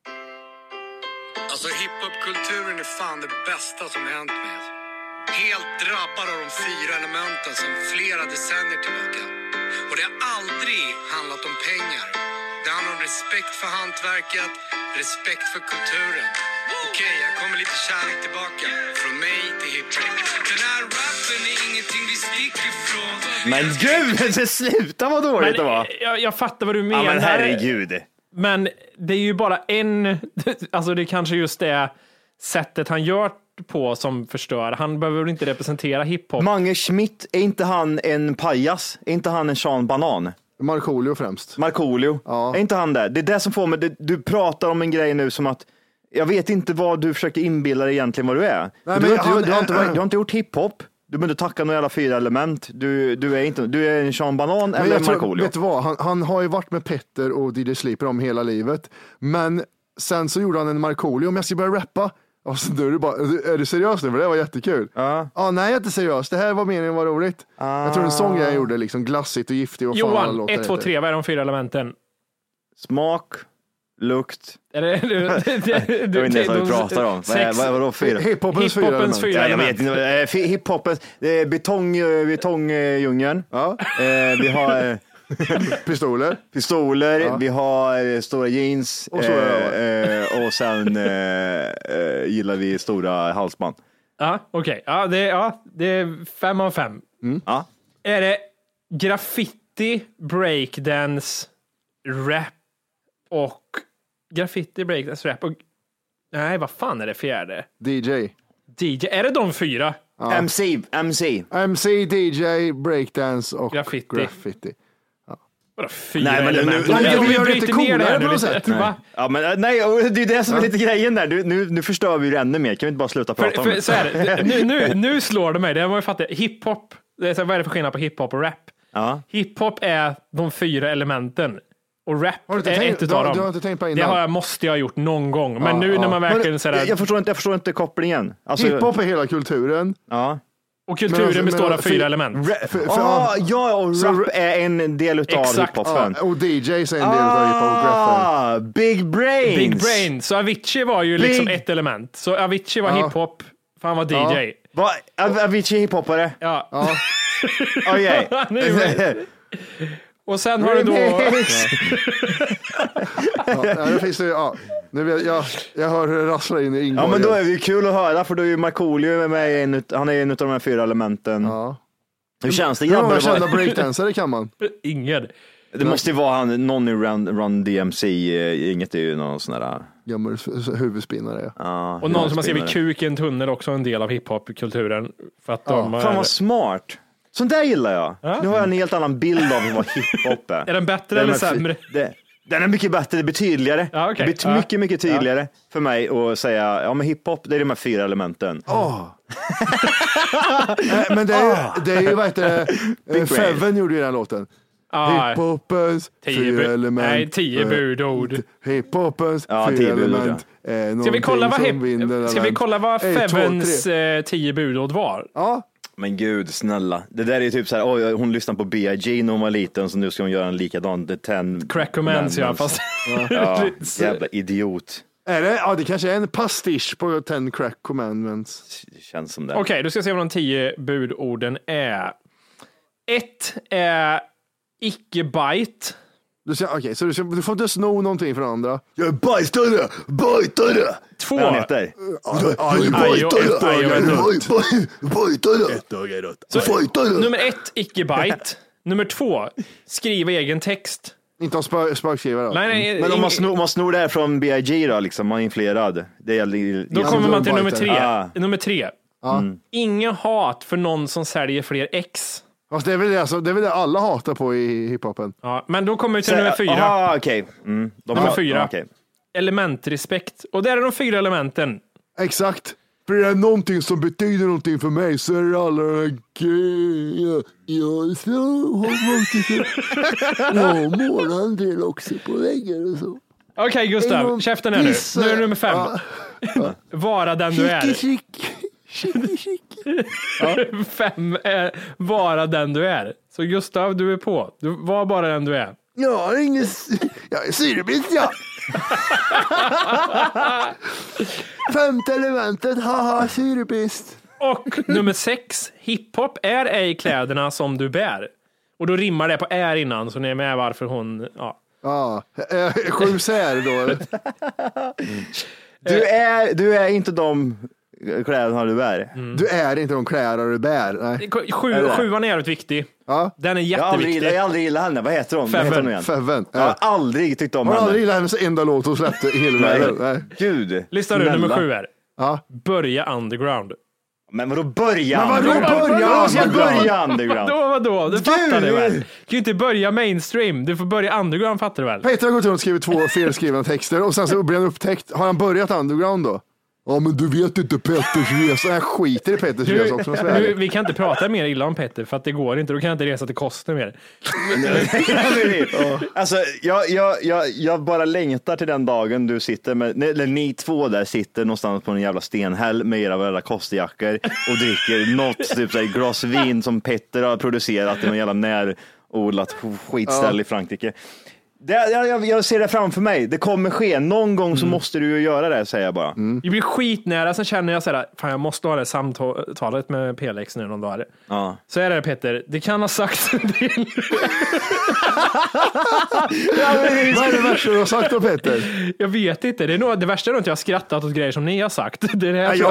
Alltså hiphopkulturen är fan det bästa som hänt mig. Helt drabbad av de 4 elementen sedan flera decennier tillbaka. Och det har aldrig handlat om pengar. Det handlar om respekt för hantverket, respekt för kulturen. Okej, jag kommer lite kärlek tillbaka. Från mig till hiphop. Den här rappen är ingenting vi sticker ifrån. Men gud, sluta vad dåligt det var. Jag fattar vad du menar. Ja, men herregud. Men det är ju bara alltså det är kanske just det sättet han gör på som förstör. Han behöver väl inte representera hiphop. Mange Schmidt, är inte han en pajas? Är inte han en Sean Banan? Markoolio främst. Markoolio, ja. Är inte han där? Det är det som får mig, du pratar om en grej nu som att jag vet inte vad du försöker inbilla dig egentligen vad du är. Nej, du har inte gjort hiphop. Du behöver inte tacka några jävla 4 element. Du är en Sean Banan eller Markoolio. Vet du vad? Han har ju varit med Petter och DJ Sleeper om hela livet. Men sen så gjorde han en Markoolio. Om jag ska börja rappa. Och så då är det bara, är du seriös nu? För det var jättekul. Nej, jag är inte seriös. Det här var meningen var roligt. Jag tror en sån grej jag gjorde, liksom glassigt och giftig. Och Johan, 1, 2, 3, vad är de 4 elementen? Smak, lukt. Är det, jag vet inte vad vi pratar om. Vad är då 4? Hiphopens 4 element. Jag vet inte. Hiphopens, betongdjungeln. Ja. Vi har... pistoler, ja. Vi har stora jeans och sen gillar vi stora halsband. Ja, okej. Det är 5 av 5. Ja. Är det graffiti, breakdance, rap och graffiti, breakdance, rap och nej, vad fan är det fjärde? DJ. Är det de 4? Ja. MC, DJ, breakdance och graffiti. Nej, men vi bryter ner det här nu lite. Ja, men nej, det är det som är lite grejen där. Nu förstör vi ju ännu mer. Kan vi inte bara sluta prata om det? Så här, nu slår det mig. Det har man ju fattat. Hiphop, vad är det för skillnad på hiphop och rap? Ja. Hiphop är de 4 elementen. Och rap är ett utav dem. Du har inte tänkt på innan. Det måste jag ha gjort någon gång. Men nu när man verkligen säger jag förstår inte kopplingen. Alltså, hiphop är hela kulturen. Ja. Och kulturen består av 4 element. Och rap är en del utav hiphopen. Och DJs är en del utav hiphop. Big brain. Så Avicii var ju liksom ett element. Så Avicii var hiphop, för han var DJ. Avicii hiphopare? Ja. Okej. Och sen har du då... det finns det, jag hör hur det rasslar in i ingången. Ja, men då är det kul att höra, för då är ju Markoolio med han är en av de här 4 elementen. Ja. Hur känns det? Hur många kända breakdansare kan man? Ingen. Det måste ju vara någon i Run DMC, inget är ju någon sån där... Gammal huvudspinnare. Ja, och någon som man ser vid kuk i en tunnel också en del av hiphop-kulturen. För att Fan vad smart. Sånt där gillar jag. Nu har jag en helt annan bild av vad hiphop är. Är den bättre eller sämre? Den är mycket bättre, det blir tydligare. Ja, okay. Det blir mycket tydligare för mig att säga, ja men hiphop, det är de här 4 elementen. Men det är ju, vad heter det? Feven gjorde ju den här låten. Hiphopens 4 element. Nej, 10 budord. Hiphopens 4 element. Ska vi kolla vad Fevens 10 budord var? Ja. Men gud, snälla. Det där är ju typ så här, hon lyssnade på B.I.G. när hon var liten, så nu ska hon göra en likadan. The 10 Crack Commands, ja, fast... Ja, jävla idiot. Är det? Ja, det kanske är en pastisch på 10 Crack Commandments. Det känns som det. Okej, du ska se vad de 10 budorden är. 1 är icke-bite. Okej, så du får inte sno någonting från andra. Jag är bajstare! 2. Jag nummer 1, icke-bite. Nummer 2, skriva egen text. Inte om spökskrivare. Nej, men om man snor det här från B.I.G. då, liksom, man är influerad. Då kommer man till nummer 3. Nummer 3. Ingen hat för någon som säljer fler ex. Fast det är väl det alla hatar på i hiphopen. Ja, men då kommer vi till nummer 4. Okej. Nummer 4. Elementrespekt. Och där är de 4 elementen. Exakt. För det är någonting som betyder någonting för mig, så är det alla de här grejerna. Jag målar en del också på väggar och så. Okej, Gustav, käften är nu. Nu är det nummer 5. Vara den du är. 5 är vara den du är. Så Gustav, du är på. Du var bara den du är. Jag är syrebrist, ja. 5:e elementet, haha, syrebrist. Och nummer 6, hiphop är ej kläderna som du bär. Och då rimmar det på är innan, så ni är med varför hon... Sju sär då. Du är inte de kläderna du bär. Du är inte de kläder du bär. Nej. 7:an är jävligt viktig. Ja. Den är jätteviktig. Jag har aldrig gillat henne. Vad heter hon? Feven. Jag har aldrig tyckt om henne. Jag har aldrig gillat hennes enda låt hon släppte i hela världen. Nej. Gud. Lyssna nu, nummer 7 är. Ja. Börja underground. Men vadå börja? Börja underground? Vadå? Du fattar det väl? Du kan ju inte börja mainstream. Du får börja underground, fattar du väl? Peter har gått runt och skrivit 2 felskrivna texter och sen så blir han upptäckt. Har han börjat underground då? Ja, men du vet inte Petters resa. Jag skiter i Petters resa också. Vi kan inte prata mer illa om Petter för att det går inte. Då kan jag inte resa till Koster mer. Alltså, jag bara längtar till den dagen du sitter med, eller ni två där sitter någonstans på en jävla stenhäll med era jävla kostjackor och dricker något typ såhär glas vin som Petter har producerat i någon jävla närodlat skitställ i Frankrike. Jag ser det framför mig. Det kommer ske. Någon gång så måste du ju göra det, säger jag bara. Det blir skitnära. Sen känner jag såhär, fan jag måste ha det samtalet med PLX nu någon dag. Ja. Så är det, Peter. Det kan ha sagt en del. Vad är det värsta du har sagt då, Peter? Jag vet inte. Det är nog det värsta är nog att jag har skrattat åt grejer som ni har sagt. Det är det jag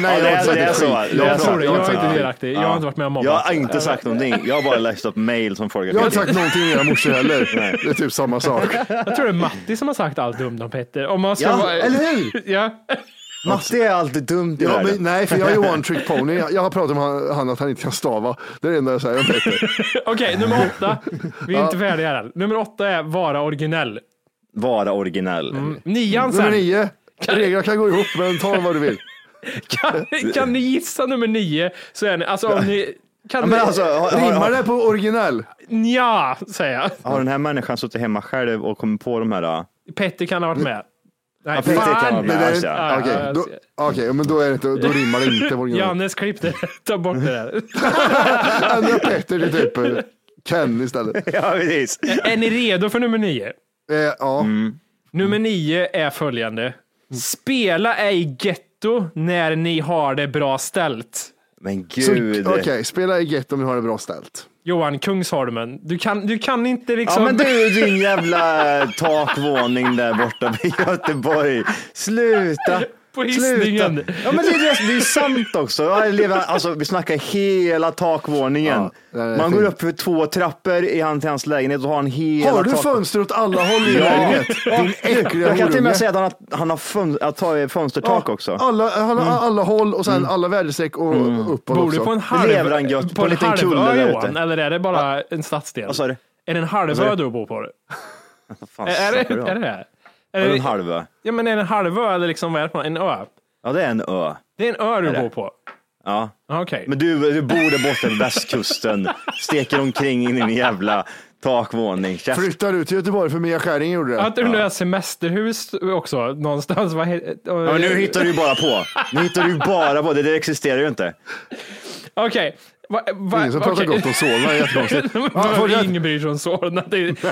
har inte delaktig. Jag har inte varit med om mobbet. Jag har inte sagt någonting. Jag har bara läst upp mail som folk har. Jag har inte sagt någonting i era morsor heller. Det är typ samma sak. Jag tror det är Matti som har sagt allt dumt om Petter. Om man ska vara... eller hur? Ja. Matti är alltid dumt i världen. Nej, för jag är ju one trick pony. Jag har pratat om han att han inte kan stava. Det är det enda jag säger om Petter. Okej, nummer 8. Vi är inte färdiga här. Nummer 8 är vara originell. Vara originell. 9 sen. Nummer 9. Reglerna kan gå ihop, men ta vad du vill. Kan ni gissa nummer 9 så är ni, alltså om ni kan rimmar det på originell? Ja, säger jag. Har den här människan suttit hemma själv och kommit på de här? Petter kan ha varit med. Nej, Petter kan ha varit med. Okej, men då rimmar det inte på originell. Jannes klipp det. Ta bort det där. Ändra Petter till typ Ken istället. Ja, precis. Är ni redo för nummer 9? Ja. Nummer 9 är följande. Spela ej getto när ni har det bra ställt. Men gud. Okej, spela i getto om ni har det bra ställt. Johan, Kungsholmen. Du kan inte liksom... Ja, men du, din jävla takvåning där borta i Göteborg. Sluta. på hissningen. Ja, men det är sant också. Alltså, vi snackar hela takvåningen. Man går upp för 2 trappor i hans lägenhet och har en hela Har du fönster åt alla håll i lägenhet? Din äckliga jag kan till och med säga att han har fönstertak också. Alla håll och sen alla väderstreck och uppåt Bor också. Du på en liten kulle där ute? Eller är det bara en stadsdel? Vad sa du? Är det en halvö du bor på? Är det? Är det en halvö? Ja, men är det en halvö eller liksom vad är det på? En ö? Ja, det är en ö. Det är en ö du bor på? Ja. Okay. Men du bor där borta vid västkusten, steker omkring in i en jävla takvåning. Flyttar ut till Göteborg för Mia Skäring gjorde det. Att du har semesterhus också någonstans. Ja, men nu hittar du bara på. Det existerar ju inte. Okej. Ingen som pratar gott om Solna, jättekonstigt. Ingen bryr sig om Solna.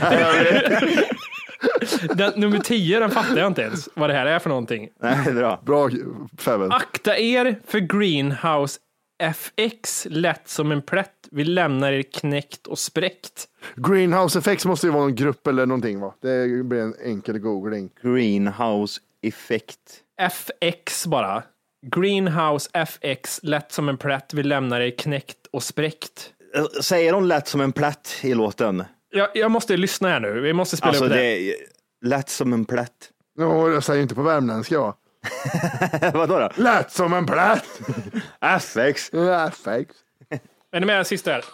Nummer 10, den fattar jag inte ens vad det här är för någonting. Nej, det är bra. Bra, Feven. Akta er för Greenhouse FX, lätt som en plätt. Vi lämnar er knäckt och spräckt. Greenhouse FX måste ju vara någon grupp eller någonting, va? Det blir en enkel googling. Greenhouse effekt. FX bara. Greenhouse FX, lätt som en plätt. Vi lämnar er knäckt och spräckt. Säger de lätt som en plätt i låten? Jag måste lyssna här nu. Vi måste spela upp det. Det är lätt som en plätt. Ja, jag säger inte på värmländska, va? Vadå då? Lätt som en plätt. FX. FX. Är ni med sista här?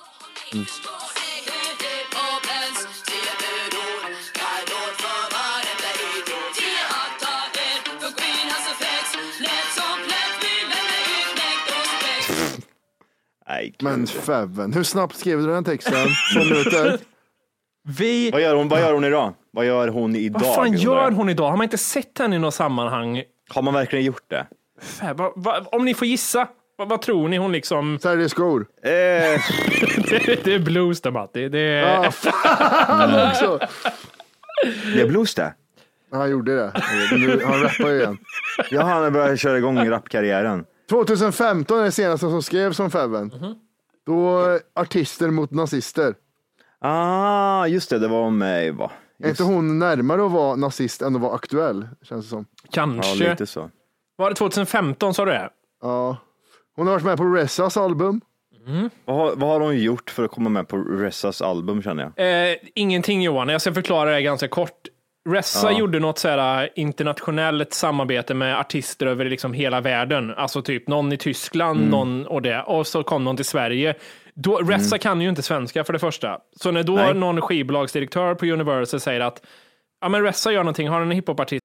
Men Feven, hur snabbt skrev du den texten? 2 minuter. Vad gör hon idag? Vad gör hon idag? Vad fan gör hon idag? Har man inte sett henne i något sammanhang? Har man verkligen gjort det? Om ni får gissa, vad tror ni hon liksom... Säljer skor. Det är blues där, Matti. Det är... fan också. Det är blues det? Han gjorde det. Han rappar ju igen. Ja, han har börjat köra igång rapkarriären. 2015 är det senaste som skrevs om Feven. Då artister mot nazister. Just det var med, va? Är inte hon närmare att vara nazist än att vara aktuell, känns det som. Kanske. Ja, lite så. Var det 2015 sa du det? Ja. Hon har varit med på Ressas album. Vad har hon gjort för att komma med på Ressas album, känner jag? Ingenting, Johan. Jag ska förklara det ganska kort. Ressa gjorde något så här internationellt samarbete med artister över liksom hela världen. Alltså typ någon i Tyskland, någon och så kom någon till Sverige. Ressa kan ju inte svenska för det första. Så när då någon skivbolagsdirektör på Universal säger att ja, men Ressa gör någonting, har en hiphopartist.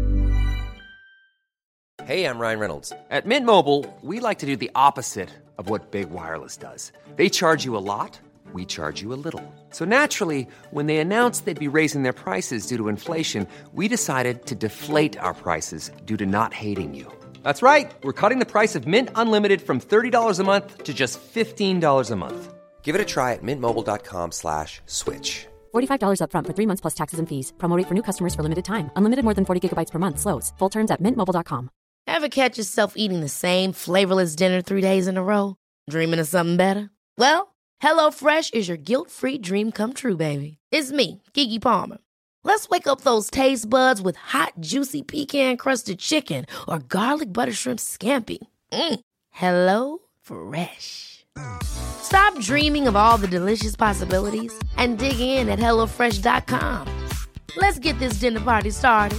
Hey, I'm Ryan Reynolds. At Mint Mobile, we like to do the opposite of what Big Wireless does. They charge you a lot. We charge you a little. So naturally, when they announced they'd be raising their prices due to inflation, we decided to deflate our prices due to not hating you. That's right. We're cutting the price of Mint Unlimited from $30 a month to just $15 a month. Give it a try at mintmobile.com/switch. $45 up front for 3 months plus taxes and fees. Promo rate for new customers for limited time. Unlimited more than 40 gigabytes per month. Slows full terms at mintmobile.com. Ever catch yourself eating the same flavorless dinner 3 days in a row? Dreaming of something better? Well, HelloFresh is your guilt-free dream come true, baby. It's me, Keke Palmer. Let's wake up those taste buds with hot, juicy pecan-crusted chicken or garlic butter shrimp scampi. Hello Fresh. Stop dreaming of all the delicious possibilities and dig in at HelloFresh.com. Let's get this dinner party started.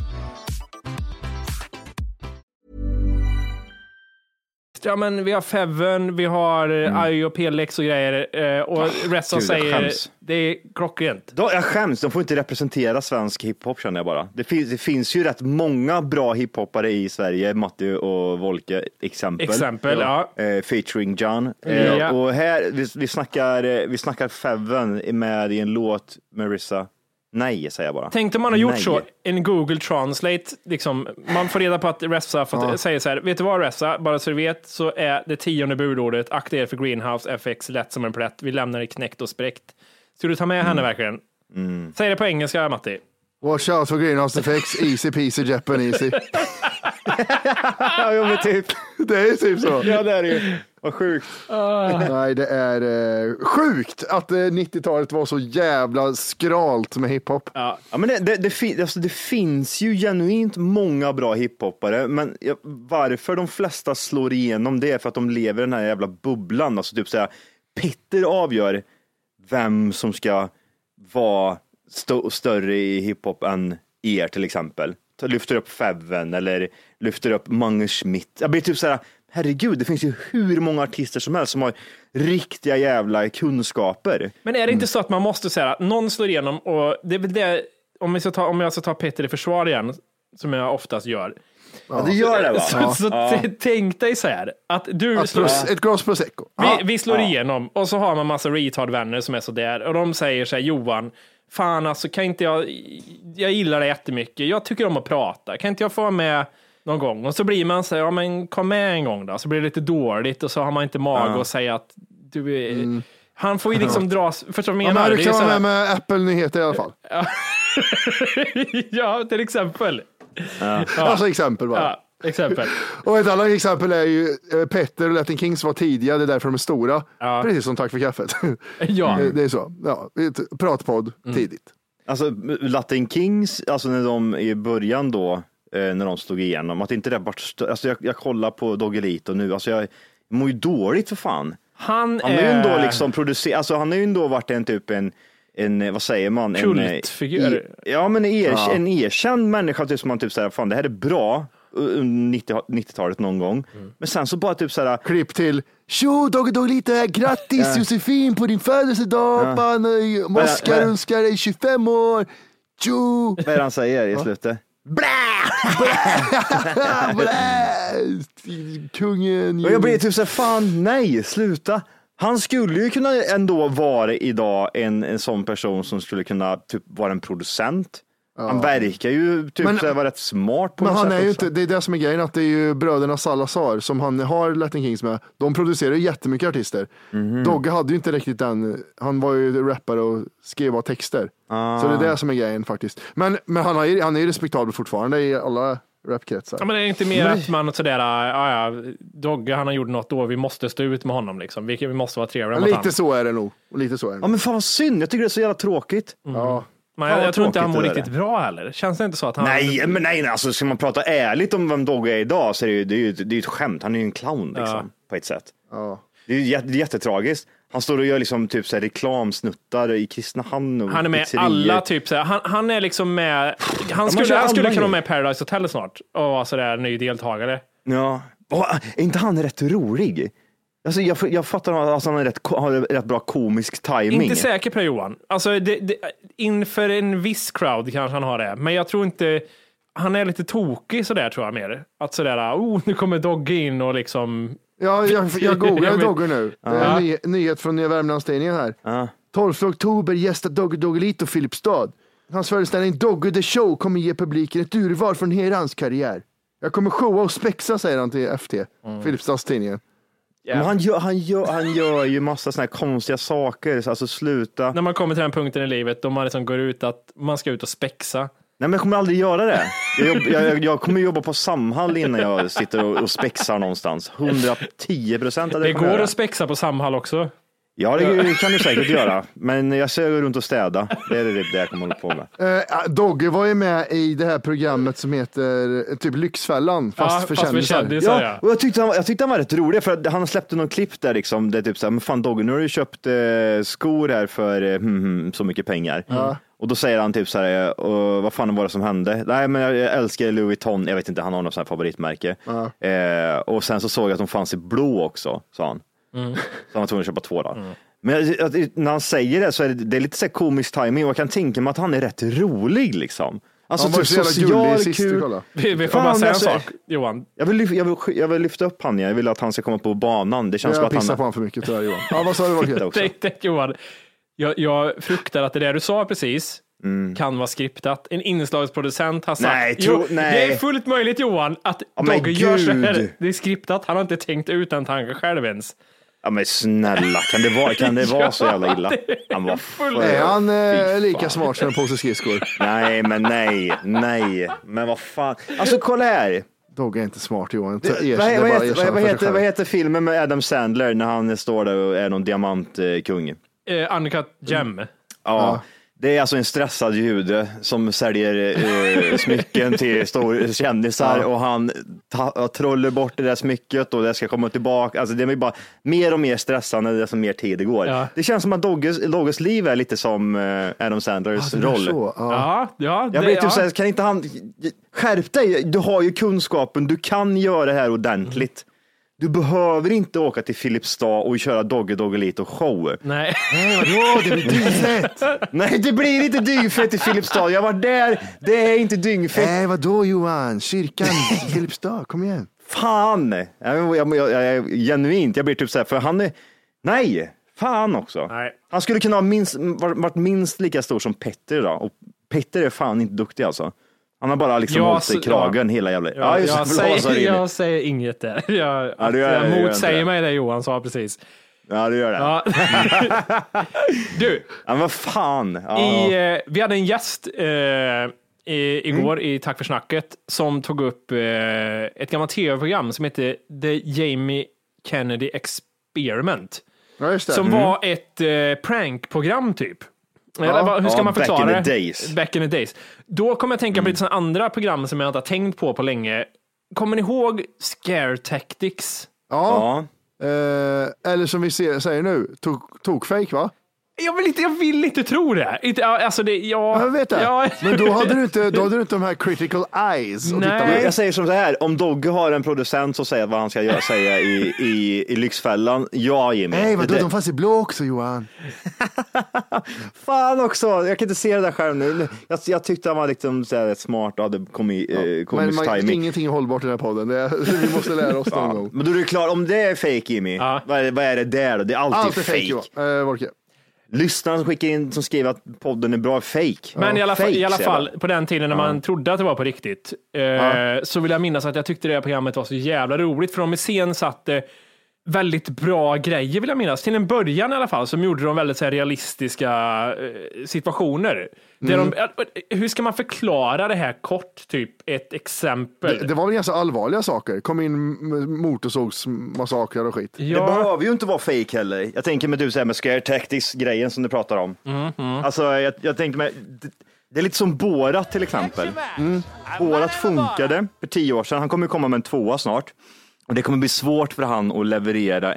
Ja, men vi har Feven, vi har AI och PLX och grejer och Ressa säger det är klockrent. Jag skäms, de får inte representera svensk hiphop, känner jag bara. Det finns ju rätt många bra hiphoppare i Sverige, Matti och Volke exempel ja. Featuring John. Och här vi snackar Feven med i en låt med Rissa. Nej, säger jag bara. Tänkte man har gjort så, en Google Translate, liksom, man får reda på att Ressa säger så här, vet du vad Ressa, bara så du vet så är det 10:e budordet, akta er för Greenhouse FX, lätt som en plätt, vi lämnar det knäckt och spräckt. Ska du ta med henne verkligen? Säg det på engelska, Matti. Watch out for Greenhouse FX, easy peasy Japanesey. Ja, men typ. Det är typ så. Ja, det är det ju. Vad sjukt. Nej, det är sjukt att 90-talet var så jävla skralt med hiphop. Ja, men det finns ju genuint många bra hiphoppare, men varför de flesta slår igenom det är för att de lever i den här jävla bubblan. Alltså typ såhär, Petter avgör vem som ska vara större i hiphop än er till exempel. Lyfter upp Feven eller lyfter upp Mange Schmidt. Jag blir typ såhär, herregud, det finns ju hur många artister som helst som har riktiga jävla kunskaper. Men är det inte så att man måste säga att någon slår igenom, och det är väl det, om jag ska ta Petter i försvar igen, som jag oftast gör. Ja, det gör det, va? Så tänk dig så här, att du slår, ett glas prosecco. Vi slår igenom, och så har man massa retard-vänner som är så där, och de säger så här, Johan, fan alltså, kan inte jag gillar det jättemycket, jag tycker om att prata, kan inte jag få vara med någon gång? Och så blir man så här, ja men kom med en gång då, så blir det lite dåligt, och så har man inte mag att säga att du är... Han får ju liksom dras, förstår du vad jag menar? Du kan vara med Apple-nyheter i alla fall. Ja, till exempel. Alltså exempel bara. Ja, exempel. Och ett annat exempel är ju Petter och Latin Kings var tidiga, det är därför de är stora. Ja. Precis som Tack för kaffet. Ja. Det är så. Ja, pratpodd tidigt. Alltså Latin Kings, alltså när de i början då, när de slog igenom, att inte det bara alltså jag kollar på Doggelito nu, alltså jag mår ju dåligt för fan. Han är ju ändå liksom alltså han har ju ändå varit en typ en vad säger man? Kultfigur. Ja, men en erkänd människa typ, som man typ säger, fan det här är bra under 90-talet någon gång. Men sen så bara typ såhär, klipp till tjo, Doggelito här, grattis Josefin på din födelsedag, fan, Oskar önskar dig 25 år, tjo. Vad är det han säger i slutet? Kungen. Och jag blir typ så här, fan nej, sluta. Han skulle ju kunna ändå vara idag en sån person som skulle kunna typ vara en producent. Ja. Han verkar ju typ så här, vara rätt smart på. Men han är ju också. inte, det är det som är grejen, att det är ju bröderna Salazar som han har Latin Kings med. De producerar ju jättemycket artister. Dogge hade ju inte riktigt den, han var ju rappare och skrev texter. Så det är det som är grejen faktiskt. Men han är ju respektabel fortfarande i alla rapkretsar. Ja, men det är inte mer att man sådär, Dogge, han har gjort något då, vi måste stå ut med honom liksom. Vi måste vara trevliga mot lite så är det nog. Ja, men fan vad synd, jag tycker det är så jävla tråkigt. Ja. Men jag tror inte han mår riktigt bra heller. Känns det inte så att han... Nej, alltså ska man prata ärligt om vem Dogge är idag, så är det ju ett skämt. Han är ju en clown liksom, på ett sätt. Ja. Det är ju jättetragiskt. Han står och gör liksom typ så här reklamsnuttar i Kristinehamn och han är med pizzerier. Alla typ så här, han är liksom med, han skulle kunna vara med i Paradise Hotel snart och vara sådär ny deltagare. Ja, är inte han rätt rolig? Alltså jag fattar att alltså, han har rätt bra komisk timing. Inte säker på det, Johan. Alltså inför en viss crowd kanske han har det, men jag tror inte, han är lite tokig sådär, tror jag mer. Att sådär, nu kommer Dogge in och liksom... Ja, jag googlar Dogge nu. Det är en nyhet från Nya Värmlandstidningen här. 12 oktober gästar Doggelito Filipstad. Hans föreställning Dogge the Show kommer ge publiken ett urval från hela hans karriär. Jag kommer showa och spexa, säger han till FT, Filipstadstidningen. Yeah. Men han gör ju massa såna här konstiga saker, alltså sluta. När man kommer till den punkten i livet då man liksom går ut att man ska ut och spexa. Nej, men jag kommer aldrig göra det. Jag kommer jobba på Samhall innan jag sitter och spexar någonstans. 110% av det. Det går att spexa på Samhall också. Ja, det kan du säkert göra. Men jag ser runt och städa. Det är det jag kommer hålla på med. Dogge var ju med i det här programmet som heter typ Lyxfällan, fast för kändisar. Ja, och jag tyckte han var rätt rolig, för han släppte någon klipp där liksom, det är typ så här, men fan Dogge, nu har du köpt skor här för så mycket pengar. Och då säger han typ så här, vad fan var det som hände? Nej, men jag älskar Louis Vuitton. Jag vet inte, han har något sånt här favoritmärke. Och sen så såg jag att de fanns i blå också, sa han. Så han var tvungen att köpa 2 då. Men när han säger det så är det lite så här komisk timing, och jag kan tänka mig att han är rätt rolig liksom. Alltså typ social kul. Vi får bara säga en sak, Johan. Jag vill lyfta upp han. Jag vill att han ska komma på banan. Det känns som att han pissar på honom för mycket, tror jag, Johan. Ja, vad sa du? Tänk, Johan. Jag fruktar att det du sa precis kan vara skriptat. En inslagsproducent har sagt, nej. Det är fullt möjligt, Johan, att Dogge gör så här. Det är skriptat. Han har inte tänkt ut den tanken själv ens. Ja, men snälla, kan det vara så jävla illa? Han var är han lika smart som en påse skridskor? Nej, men vad fan. Alltså kolla här. Dogge är inte smart, Johan. Vad heter filmen med Adam Sandler när han står där och är någon diamantkung? Uncut Gem. Ja. Det är alltså en stressad jude som säljer smycken till kändisar och han trollar bort det där smycket och det ska komma tillbaka. Alltså det är bara mer och mer stressande desto mer tid det går. Ja. Det känns som att Dogges liv är lite som Adam Sandlers roll. Jag blir typ såhär, kan inte han skärp dig? Du har ju kunskapen, du kan göra det här ordentligt. Du behöver inte åka till Filipstad och köra Doggelite och show. Nej. Det blir dyngfett. Nej, det blir inte dyngfett i Filipstad. Jag var där, det är inte dyngfett. Nej, vadå Johan? Kyrkan i Filipstad, kom igen. Fan. Jag genuint, jag blir typ så här, för han är, nej, fan också. Nej. Han skulle kunna ha varit minst lika stor som Petter idag. Och Petter är fan inte duktig alltså. Han har bara liksom hållit sig i kragen hela jävla... Jag säger inget där. Jag motsäger mig det Johan sa precis. Ja, det gör det. Ja. Du. Ja, vad fan. Vi hade en gäst igår i Tack för snacket som tog upp ett gammalt tv-program som heter The Jamie Kennedy Experiment. Ja, just det. Som var ett prankprogram typ. Eller, hur ska man förklara det? Back in the days. Då kommer jag tänka på lite sådana andra program som jag inte har tänkt på länge. Kommer ni ihåg Scare Tactics? Ja. Eller som vi säger nu, tokfake va? Jag vill inte tro det. Jag vet det. Ja. Men då hade du inte de här critical eyes. Nej. Jag säger som så här, om Dogge har en producent som säger vad han ska säga i Lyxfällan, ja Jimmy. Nej, vadå, de fanns i blå också Johan. Fan också, jag kan inte se det där själv nu. Jag tyckte han var liksom rätt smart och hade komisk timing. Ingenting är hållbart i den här podden, vi måste lära oss någon gång. Men då är du klar, om det är fake Jimmy, vad är det där då? Det är alltid fake. Lyssnaren som skickar in som skriver att podden är bra fake. Men i alla fall på den tiden när man trodde att det var på riktigt så vill jag minnas att jag tyckte det här programmet var så jävla roligt för de i scen satte väldigt bra grejer vill jag minnas. Till en början i alla fall som gjorde de väldigt så här, realistiska situationer. Hur ska man förklara det här kort? Typ ett exempel. Det var väl ganska allvarliga saker. Kom in motorsågsmassakrer och skit. Ja. Det behöver ju inte vara fake heller. Jag tänker med du säger med Scare Tactics-grejen som du pratar om. Alltså jag tänker med... Det är lite som Borat till exempel. Borat funkade för 10 år sedan. Han kommer komma med en 2 snart. Och det kommer bli svårt för han att leverera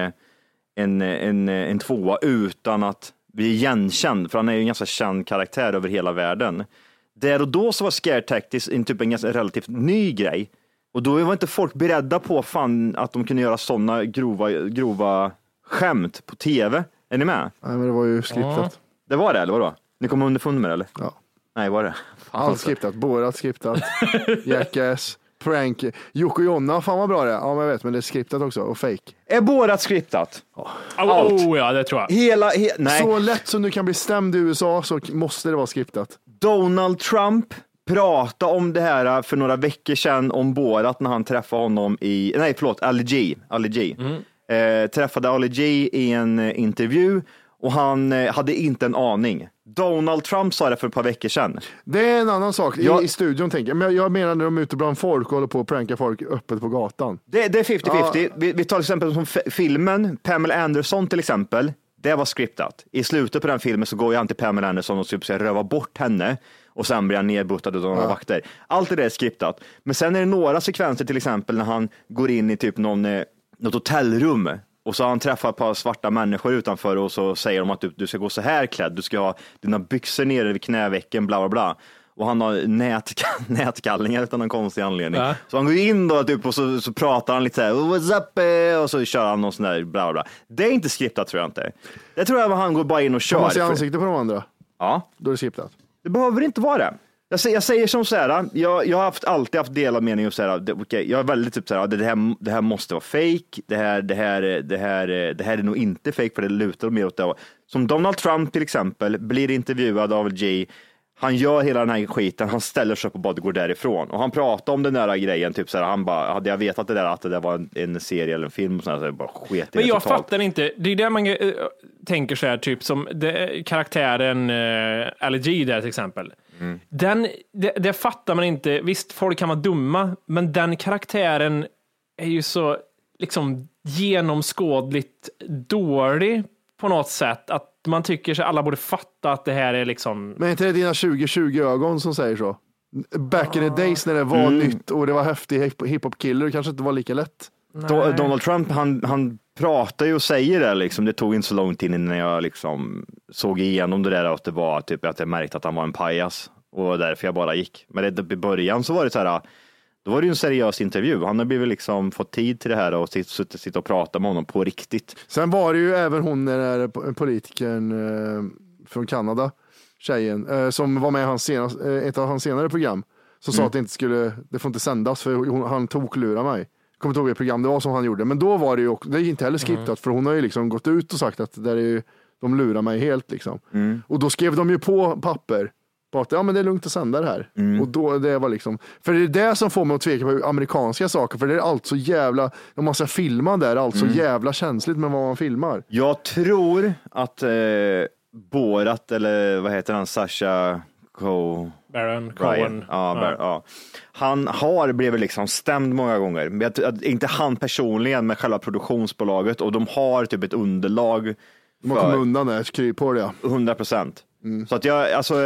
en 2 utan att bli igenkänd. För han är ju en ganska känd karaktär över hela världen. Där och då så var Scare Tactics en ganska relativt ny grej. Och då var inte folk beredda på att de kunde göra sådana grova skämt på tv. Är ni med? Nej, men det var ju skriptat. Ja. Det var det, eller vadå? Ni kom underfund med det, eller? Ja. Nej, var det? Allt skriptat. Borat skriptat. Jackass. Prank. Jocke och Jonna, fan vad bra det är. Ja, men jag vet, men det är skriptat också och fake. Är Borat skriptat? Allt. Ja, det tror jag. Nej. Så lätt som du kan bli stämd i USA så måste det vara skriptat. Donald Trump pratade om det här för några veckor sedan om Borat när han träffade honom Ali G. Träffade Ali G i en intervju och han hade inte en aning. Donald Trump sa det för ett par veckor sedan. Det är en annan sak i studion tänker jag. Men jag menar när de är ute bland folk och håller på att pranka folk öppet på gatan. Det är 50-50. Vi tar till exempel som filmen Pamela Anderson till exempel. Det var skriptat. I slutet på den filmen så går han till Pamela Anderson och typ rövar bort henne. Och sen blir han nedbuttad av några vakter. Allt det där är skriptat. Men sen är det några sekvenser till exempel när han går in i typ något hotellrum. Och så har han träffat ett par svarta människor utanför och så säger de att du ska gå så här klädd. Du ska ha dina byxor nere vid knävecken, bla bla bla. Och han har nätkallningar utan någon konstig anledning. Ja. Så han går in då typ, och så pratar han lite så här, what's up? Och så kör han någon sån där bla bla bla. Det är inte skriptat tror jag inte. Det tror jag att han går bara in och kör. Får man se ansiktet på de andra? Ja. Då är det skriptat. Det behöver inte vara det. Jag säger som så här, jag har alltid haft delad mening och så här, jag är väldigt typ så här, det här måste vara fake. Det här är nog inte fake för det lutar mer åt det. Som Donald Trump till exempel blir intervjuad av G. Han gör hela den här skiten, han ställer sig upp och bara går därifrån. Och han pratar om den där grejen, typ så här, han bara, hade jag vetat att det var en serie eller en film, så jag bara sket i det. Men jag totalt. fattar inte, det är det man tänker så här, typ som karaktären LG där till exempel. Det fattar man inte. Visst, folk kan vara dumma, men den karaktären är ju så liksom genomskådligt dålig på något sätt att man tycker sig alla borde fatta att det här är liksom... Men inte det dina 2020 ögon som säger så? Back in the days när det var nytt och det var häftig hiphop-killer, kanske inte var lika lätt. Donald Trump, han pratar ju och säger det liksom. Det tog inte så lång tid innan jag liksom såg igenom det där, att det var typ att jag märkte att han var en pajas och därför jag bara gick. Men det, i början så var det så här, då var det ju en seriös intervju. Han har blivit liksom fått tid till det här och sitta och prata med honom på riktigt. Sen var det ju även hon, den där politikern från Kanada, tjejen, som var med i ett av hans senare program, som sa att det får inte sändas för han toklurade mig. Kommer inte ihåg vilket program det var som han gjorde, men då var det ju, det är inte heller skriptat, för hon har ju liksom gått ut och sagt att de lurar mig helt liksom. Och då skrev de ju på papper på att men det är lugnt att sända det här. Och då det var liksom, för det är det som får mig att tveka på amerikanska saker, för det är allt så jävla, om man ska filma där, allt så jävla känsligt med vad man filmar. Jag tror att Borat, eller vad heter han, Sacha Baron Cohen. Ja. Han har blivit liksom stämd många gånger. Inte han personligen, men själva produktionsbolaget, och de har typ ett underlag. De har kommit undan det, skriv på det. 100%. Så att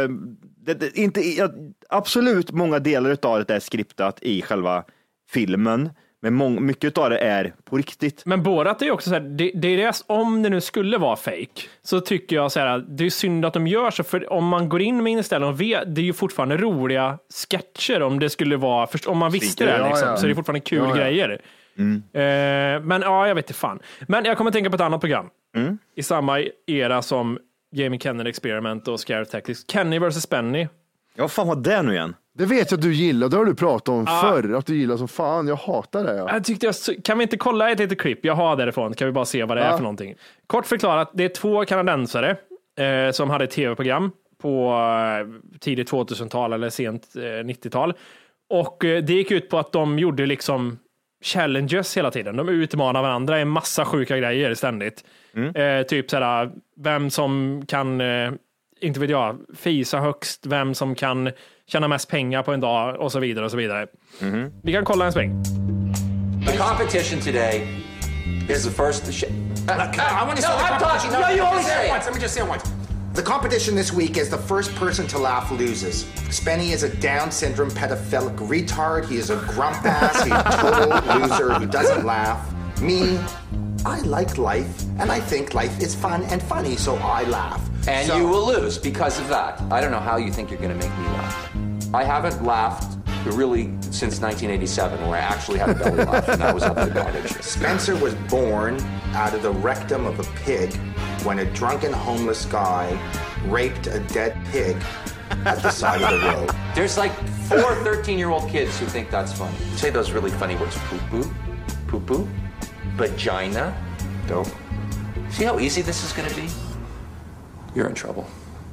absolut många delar av det är skriptat i själva filmen. Men mycket av det är på riktigt. Men Borat är ju också så här, det är det, om det nu skulle vara fake, så tycker jag så här, det är synd att de gör så, för om man går in med inställningen, det är ju fortfarande roliga sketcher om det skulle vara, om man visste det liksom, så är det fortfarande kul grejer. Men jag vet inte fan. Men jag kommer att tänka på ett annat program i samma era som Jamie Kennedy Experiment och Scare Tactics, Kenny vs. Penny. Ja, fan vad det nu igen? Det vet jag att du gillar, det har du pratat om förr, att du gillar som fan, jag hatar det. Jag tyckte kan vi inte kolla ett litet klipp? Jag har därifrån, kan vi bara se vad det är för någonting. Kort förklarat, det är 2 kanadensare som hade ett tv-program på tidigt 2000-tal eller sent 90-tal. Och det gick ut på att de gjorde liksom challenges hela tiden. De utmanar varandra i en massa sjuka grejer ständigt. Typ såhär, vem som kan... inte vet jag, fisa högst, vem som kan tjäna mest pengar på en dag och så vidare och så vidare. Vi kan kolla en sväng. The competition today is the first I want to say I'm talking. No, you only say it once. Let me just say it once. The competition this week is the first person to laugh loses. Spenny is a Down syndrome pedophilic retard. He is a grump ass. He's a total loser who doesn't laugh. Me, I like life, and I think life is fun and funny, so I laugh. And you will lose because of that. I don't know how you think you're going to make me laugh. I haven't laughed really since 1987, where I actually had a belly laugh, and that was up to garbage. Spencer was born out of the rectum of a pig when a drunken homeless guy raped a dead pig at the side of the road. There's like 4 13-year-old kids who think that's funny. Say those really funny words. Poo-poo, poo-poo, vagina. Dope. See how easy this is going to be? You're in trouble.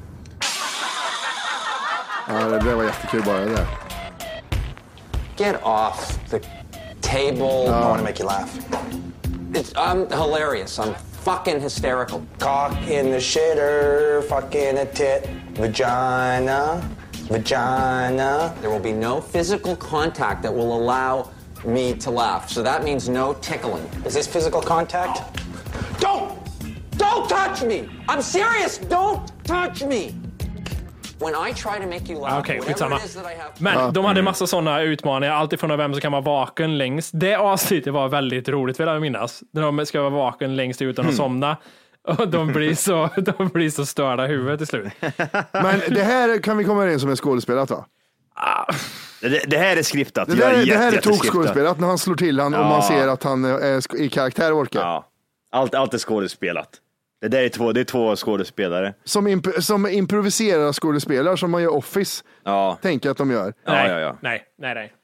Det var jättekul bara det. Get off the table. I want to make you laugh. I'm hilarious. I'm fucking hysterical. Cock in the shitter, fucking a tit, vagina, vagina. There will be no physical contact that will allow me to laugh. So that means no tickling. Is this physical contact? Don't touch me! I'm serious! Don't touch me! When I try to make you laugh, okay, whatever it is that I have... Men de hade massa sådana utmaningar, alltifrån vem som kan vara vaken längst. Det avsnittet var väldigt roligt, vill jag minnas. När de ska vara vaken längst utan att somna. Och de blir så störda i huvudet till slut. Men det här kan vi komma in som en skådespelat, va? Det här är skriptat. Det här är tokskådespelat när han slår till han och man ser att han är i karaktär orkar. Ja. Allt är skådespelat. Det är 2 skådespelare. Som improviserar skådespelare som man gör Office. Ja. Tänker att de gör. Nej.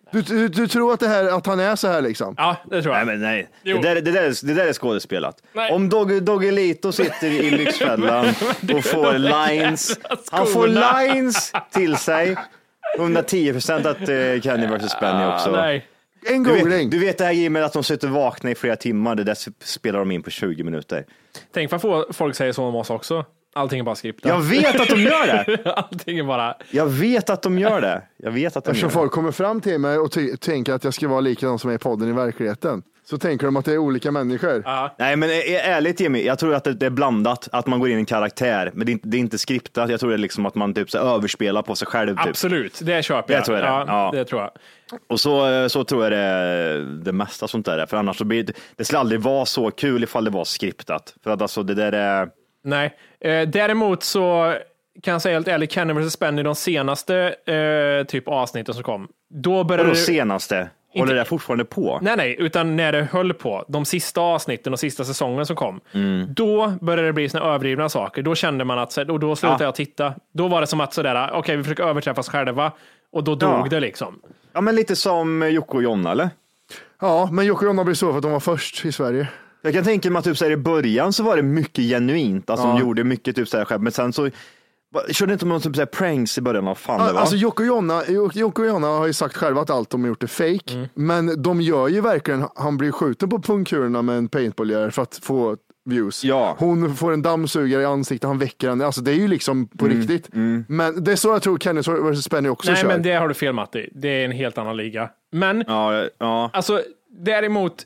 Du tror att det här, att han är så här liksom? Ja, det tror jag. Nej, men nej. Det där är skådespelat. Nej. Om Doggelito sitter i Lyxfällan och får lines, han får lines till sig. 110% att Kenny vs. Benny också. Nej. En googling. Du vet det här Jimmy, att de sitter vakna i flera timmar, det där spelar de in på 20 minuter. Tänk vad folk säger så om oss också. Allting är bara skriptat. Jag vet att de gör det. Allting är bara... Jag vet att de gör det. Eftersom folk kommer fram till mig och tänker att jag ska vara likadan som är i podden i verkligheten, så tänker de att det är olika människor. Nej, men ärligt Jimmy, jag tror att det är blandat, att man går in i en karaktär, men det är inte skriptat. Jag tror det är liksom att man typ så överspelar på sig själv. Typ. Absolut, det köper jag. Det tror jag det tror jag. Och så tror jag det mesta sånt där. För annars så det skulle aldrig vara så kul ifall det var skriptat. För att alltså det där är... Nej, däremot så kan jag säga helt ärligt, Kenny vs. Benny, de senaste typ avsnitten som kom. Då började det senaste? Håller det fortfarande på? Nej, utan när det höll på. De sista avsnitten och sista säsongen som kom. Då började det bli såna överdrivna saker. Då kände man att, och då slutade jag titta. Då var det som att sådär, okej, vi försöker överträffa oss själva. Och då dog det liksom. Ja, men lite som Jocke och Jonna, eller? Ja, men Jocke och Jonna blev så för att de var först i Sverige. Jag kan tänka mig att typ så här, i början så var det mycket genuint. Alltså de gjorde mycket typ så här själv. Men sen så körde inte någon typ så här pranks i början av fan det var. Alltså Jocke och Jonna har ju sagt själva att allt de har gjort är fake. Men de gör ju verkligen, han blir skjuten på pungkulorna med en paintball för att få views. Ja. Hon får en dammsugare i ansiktet, han väcker henne. Alltså det är ju liksom på riktigt. Men det är så jag tror Kenny vs. Benny också kör. Nej, men det har du fel, Matti. Det är en helt annan liga. Men, alltså däremot...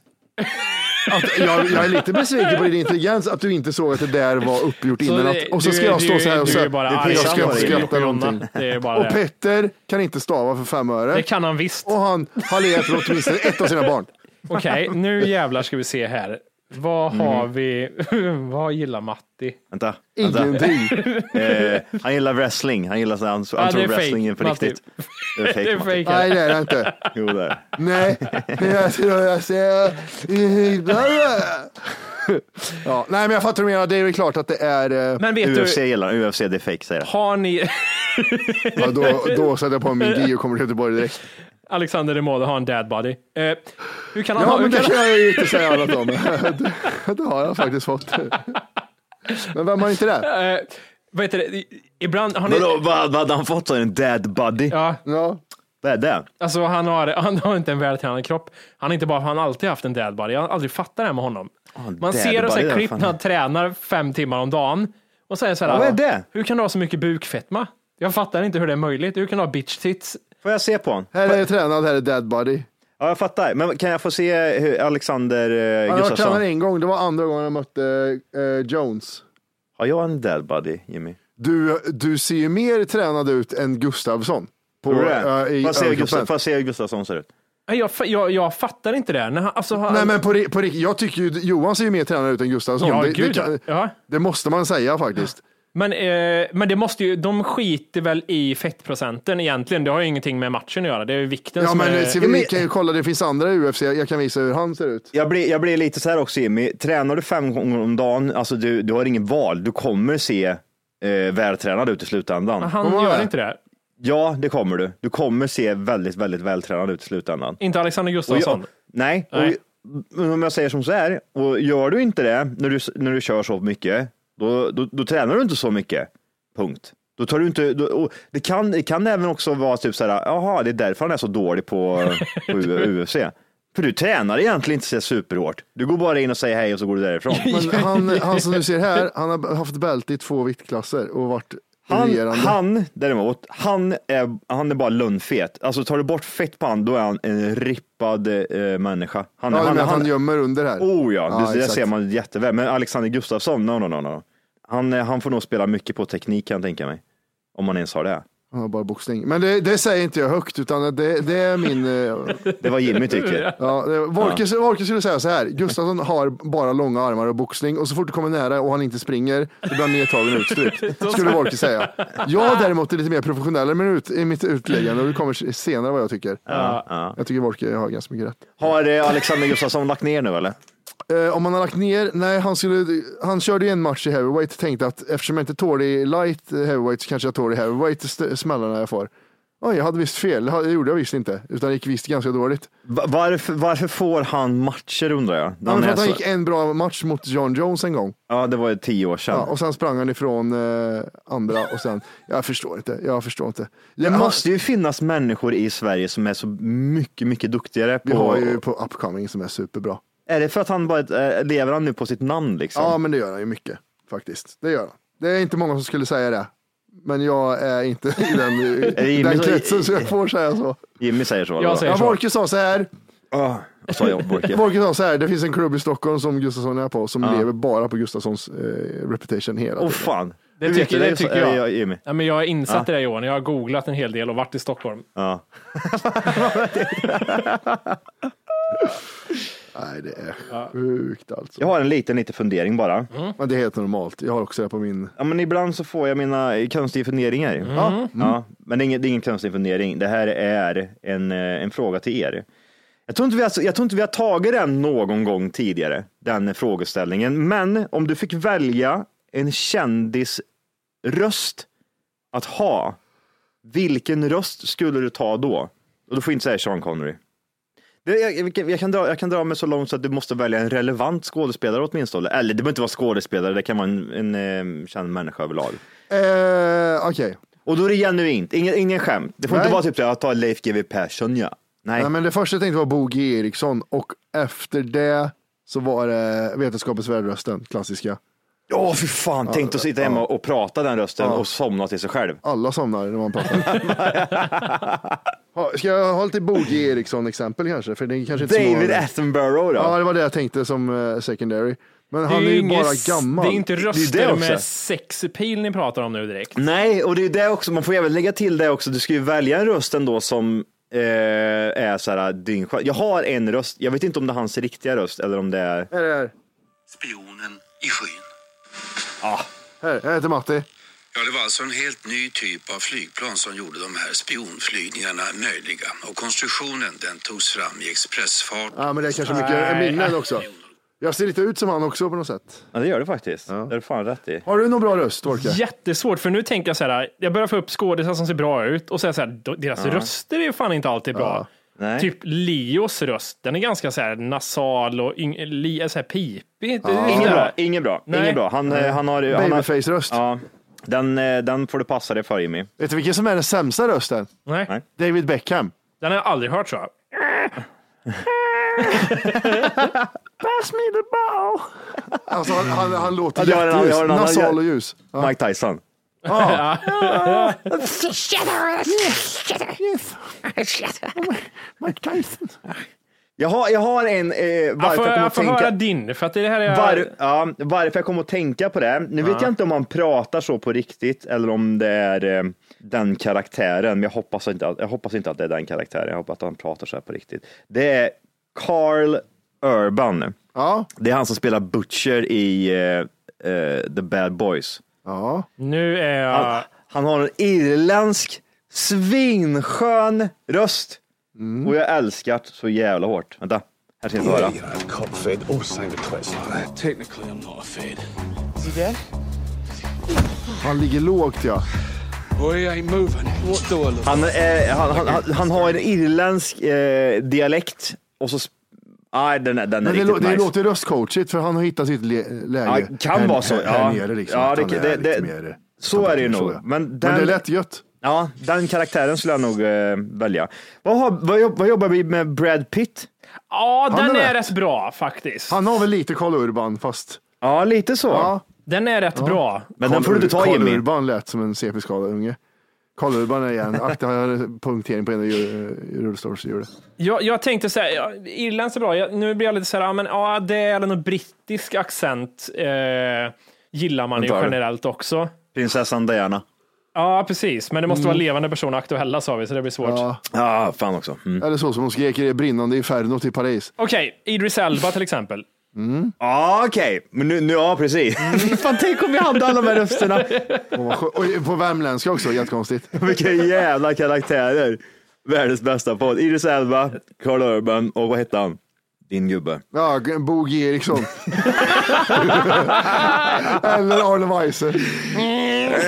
Jag är lite besviken på din intelligens att du inte såg att det där var uppgjort innan. Och så ska jag stå så här och skratta någonting. Och Petter kan inte stava för 5 öre. Det kan han visst. Och han har legat för åtminstone ett av sina barn. Okej, nu jävlar ska vi se här. Vad har vi? Vad gillar Matti? Vänta. Ingenting. Han gillar wrestling. Han gillar han tror wrestling är på riktigt. Det är fake. Nej, det är det inte. Jo, det är. Nej, jag tror jag ser. Ja, nej, men jag fattar vad du menar. Det är väl klart att det är. Men vet UFC gillar UFC, det är fake, säger jag. Har ni? Ja, då sätter jag på min gi och kommer till Göteborg direkt. Alexander Demode har en dad body. Hur kan han ja, men det kan jag ju inte säga annat om. Det har jag faktiskt fått. Men vem har inte det? Vet du, ibland har ni... Vad hade han fått? En dad body? Ja. Vad är det? Alltså han har inte en vältränad kropp. Han har alltid haft en dad body. Jag har aldrig fattat det här med honom. Man ser och så här klipp när han tränar 5 timmar om dagen. Och säger så här, vad är det? Hur kan du ha så mycket bukfetma? Jag fattar inte hur det är möjligt. Hur kan du ha bitch tits? Får jag se på honom? Här är tränad, här är dad body. Ja, jag fattar. Men kan jag få se hur Alexander Gustafsson? Han tränade en gång. Det var andra gången jag mötte Jones. Har jag en dad body, Jimmy? Du ser ju mer tränad ut än Gustafsson. Får jag se hur Gustafsson ser ut? Jag fattar inte det. Nej, men på riktigt, jag tycker ju Johan ser ju mer tränad ut än Gustafsson. Det måste man säga faktiskt. Men det måste ju, de skiter väl i fettprocenten egentligen. Det har ju ingenting med matchen att göra. Det är vikten som är... Vi kan ju kolla, det finns andra i UFC. Jag kan visa hur han ser ut. Jag blir lite så här också, Jimmy. Tränar du 5 gånger om dagen, alltså du har ingen val. Du kommer se vältränad ut i slutändan. Han gör inte det. Ja, det kommer du. Du kommer se väldigt, väldigt vältränad ut i slutändan. Inte Alexander Gustafsson? Nej. Och, om jag säger som så här, och gör du inte det när du kör så mycket, då tränar du inte så mycket. Punkt. Då tar du inte, det kan även också vara typ så här, jaha, det är därför han är så dålig på UFC. För du tränar egentligen inte så superhårt. Du går bara in och säger hej och så går du därifrån. Men han som du ser här, han har haft bälte i 2 viktklasser och varit han däremot, han är bara lönnfet. Alltså tar du bort fett på han, då är han en rippad människa. Han gömmer under här. Oh ja, det ser man jätteväl. Men Alexander Gustafsson, no. Han får nog spela mycket på teknik, kan jag tänka mig. Om man ens har det. Ja, bara boxning. Men det säger inte jag högt, utan det är min... Det var Jimmy tycker. Ja, Volke skulle säga så här: Gustafsson har bara långa armar och boxning, och så fort du kommer nära och han inte springer, då blir han nedtagen och utstrykt. Skulle Volke säga. Jag däremot är lite mer professionell i mitt utläggande, och det kommer senare vad jag tycker. Jag tycker Volke har ganska mycket rätt. Har Alexander Gustafsson lagt ner nu eller? Om han har lagt ner, nej, han körde ju en match i heavyweight, tänkte att eftersom jag inte tål i light heavyweight så kanske jag tål i heavyweight smällarna jag får. Oj, jag hade visst fel. Det gjorde jag visst inte. Utan det gick visst ganska dåligt. Varför får han matcher, undrar jag? Han gick en bra match mot John Jones en gång. Ja, det var 10 år sedan. Ja, och sen sprang han ifrån andra och sen, jag förstår inte. Det måste ju finnas människor i Sverige som är så mycket, mycket duktigare. Vi har ju på Upcoming som är superbra. Är det för att han bara lever han nu på sitt namn liksom? Ja, men det gör han ju mycket faktiskt. Det gör han. Det är inte många som skulle säga det. Men jag är inte i den kretsen så jag får säga så. Jimmy säger så. Jag säger så. Volke sa så här. Sa jag, Volke sa så här. Det finns en klubb i Stockholm som Gustafsson är på som lever bara på Gustafssons reputation hela tiden. Fan. Det tycker jag. Jimmy. Ja, men jag är insatt i det, Johan. Jag har googlat en hel del och varit i Stockholm. Ja. Nej, det är sjukt alltså. Jag har en liten fundering bara. Men det är helt normalt. Jag har också det på min... Ja, men ibland så får jag mina konstiga funderingar. Ja, men det är ingen konstig fundering. Det här är en fråga till er. Jag tror inte vi har tagit den någon gång tidigare, den frågeställningen. Men om du fick välja en kändis röst att ha, vilken röst skulle du ta då? Och du får inte säga Sean Connery. Jag kan dra mig så långt så att du måste välja en relevant skådespelare åtminstone. Eller det behöver inte vara skådespelare, det kan vara en känd människa överlag. Okej. Och då är det genuint, ingen skämt. Det får inte vara typ att ta Leif GW Persson, ja. Nej, men det första jag tänkte var Bo G. Eriksson och efter det så var det Vetenskapens värld-rösten, klassiska. Ja, för fan, tänk att sitta hemma och prata den rösten och somna till sig själv. Alla somnar när man pratar. Ska jag ha lite Bo G. Eriksson exempel kanske? För det är kanske inte David Attenborough då? Ja, det var det jag tänkte som secondary. Men han är ju bara gammal. Det är inte röster med sexappeal ni pratar om nu direkt. Nej, och det är det också. Man får även lägga till det också. Du ska ju välja en röst ändå som är så här dyngskön. Jag har en röst. Jag vet inte om det är hans riktiga röst eller om det är... Spionen i skyn. Hej, jag heter Matti. Ja, det var alltså en helt ny typ av flygplan som gjorde de här spionflygningarna möjliga. Och konstruktionen, den togs fram i expressfart. Ja, men det är kanske mycket minnen också. Jag ser lite ut som han också på något sätt. Ja, det gör det faktiskt. Det är fan rätt i. Har du någon bra röst, Torka? Jättesvårt, för nu tänker jag så här, jag börjar få upp skådespelare som ser bra ut och säga så här, deras röster är ju fan inte alltid bra. Nej. Typ Leos röst, den är ganska så här nasal och så här pipig. Ingen bra. Han har babyface-röst. Ja. Den får du passa dig för, Jimmy. Vet du vilken som är den sämsta rösten? Nej. David Beckham. Den har jag aldrig hört så. Pass me the ball. Alltså han låter jätteljus, nasal och ljus. Mike Tyson. Mike Tyson. Jag har en varför jag får höra din, för att det här är varför jag kommer att tänka på det. Nu vet jag inte om man pratar så på riktigt eller om det är den karaktären, men jag hoppas inte att det är den karaktären. Jag hoppas att han pratar så här på riktigt. Det är Carl Urban. Ja. Det är han som spelar Butcher i The Bad Boys. Ja. Nu är jag... Han har en irländsk svinskön röst. Och jag älskar det så jävla hårt. Vänta, här ska ni få höra. Han ligger lågt, ja. Han har en irländsk dialekt och så den är riktigt nice. Det låter röstcoachigt för han har hittat sitt läge. Ja, kan vara så. Här nere liksom. Ja, så är det ju nog. Men det är lätt gött. Ja, den karaktären skulle jag nog välja. Vad jobbar vi med Brad Pitt? Ja, den är rätt bra faktiskt. Han har väl lite Carl Urban fast... Ja, lite så. Ja. Den är rätt bra. Men den får du inte ta, Jimmy. Carl Urban lät som en CP-skadad unge. Carl Urban är igen. Akta har punktering på en av rullstolsdjur. Jag tänkte säga, Irland är bra. Nu blir jag lite så här, men det är någon brittisk accent gillar man ju generellt också. Prinsessan Diana. Ja, precis. Men det måste vara levande personer aktuella, sa vi, så det blir svårt. Ja, fan också. Eller så som hon skrek i det brinnande Inferno till Paris. Okej, Idris Elba till exempel. Okej. Men nu, ja, precis. Fan, tänk om vi hade alla de här rösterna. Och på värmländska också, jättekonstigt. Vilka jävla karaktärer. Världens bästa podd. Idris Elba, Carl Urban och vad heter han? Din gubbe. Ja, Bo G. Eriksson. Eller Arne Weise.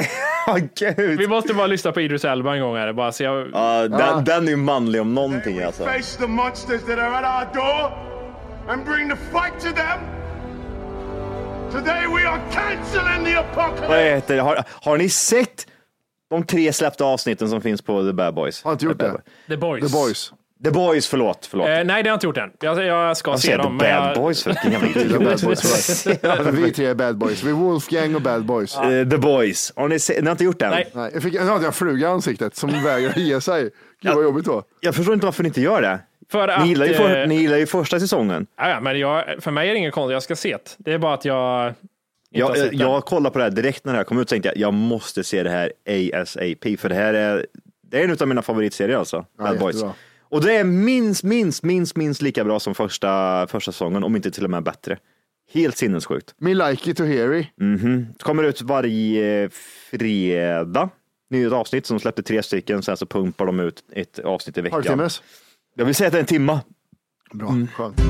Vi måste bara lyssna på Idris Elba en gång här. Bara se den är ju manlig om någonting alltså. Face the monsters that are at our door and bring the fight to them. Today we are canceling the apocalypse. Vad heter, har ni sett de 3 släppta avsnitten som finns på The Bad Boys? Har inte gjort det? The Boys, förlåt. Nej, det har jag inte gjort än. Jag ska se dem. The Bad Boys, för vi 3 är Bad Boys. Vi är Wolfgang och Bad Boys. The Boys. Har ni inte gjort det än? Nej. Jag hade en fluga i ansiktet som vägrar ge sig. Gud vad jobbigt då. Jag förstår inte varför ni inte gör det. Ni gillar ju första säsongen. Ja, men för mig är det ingen konstigt. Jag ska se det. Det är bara att jag kollade på det här direkt när det här kom ut och tänkte jag måste se det här ASAP, för det är en av mina favoritserier alltså. Bad Boys. Och det är minst lika bra som första säsongen, om inte till och med bättre. Helt sinnessjukt. Me like it to hear it. Det kommer ut varje fredag. Nytt avsnitt som släppte 3 stycken, sen så pumpar de ut ett avsnitt i veckan. Halvtimmes? Jag vill säga att det är en timma. Bra, skönt.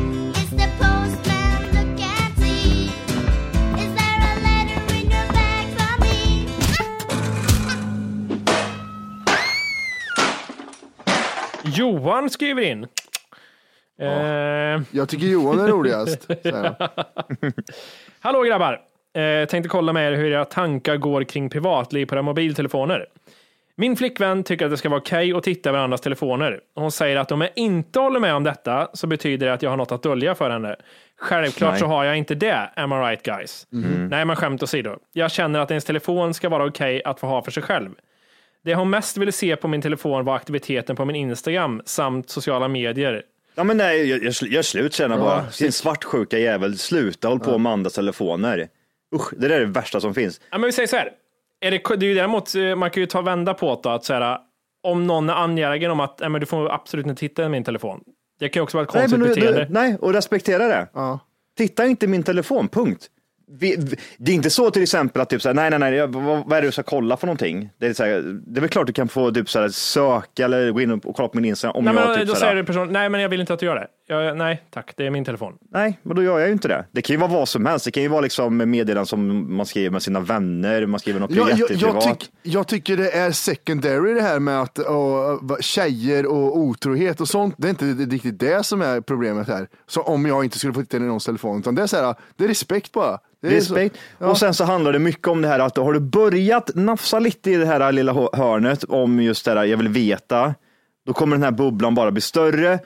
Johan skriver in. Jag tycker Johan är roligast. Hallå grabbar. Tänkte kolla med er hur era tankar går kring privatliv på era mobiltelefoner. Min flickvän tycker att det ska vara okej att titta över andras telefoner. Hon säger att om jag inte håller med om detta så betyder det att jag har något att dölja för henne. Självklart så har jag inte det, am I right guys? Nej, men skämt åsido. Jag känner att ens telefon ska vara okej att få ha för sig själv. Det hon mest ville se på min telefon var aktiviteten på min Instagram samt sociala medier. Ja, men nej, jag slut känner bara. Sin svartsjuka jävel, sluta håll på med andras telefoner. Usch, det är det värsta som finns. Ja, men vi säger så här. Det är ju däremot, man kan ju ta vända på det, att så här, om någon är angelägen om att men du får absolut inte titta i min telefon. Det kan ju också vara ett konstigt beteende. Nej, och respektera det. Ja. Titta inte i min telefon, punkt. Det är inte så till exempel att typ så här, nej, vad är det du ska kolla för någonting? Det är så här, det är väl klart du kan få typ så här, söka eller gå in och kolla på min Instagram om jag typ då så säger du person, nej men jag vill inte att du gör det. Nej, tack, det är min telefon. Nej, men då gör jag ju inte det. Det kan ju vara vad som helst. Det kan ju vara liksom meddelanden som man skriver med sina vänner, man skriver något jätteprivat. Jag tycker det är secondary det här med att tjejer och otrohet och sånt. Det är inte riktigt det som är problemet här. Så om jag inte skulle få titta i någons telefon, utan det är så här, det är respekt bara. Respekt. Och sen så handlar det mycket om det här att har du börjat nafsa lite i det här lilla hörnet om just det här, jag vill veta, då kommer den här bubblan bara bli större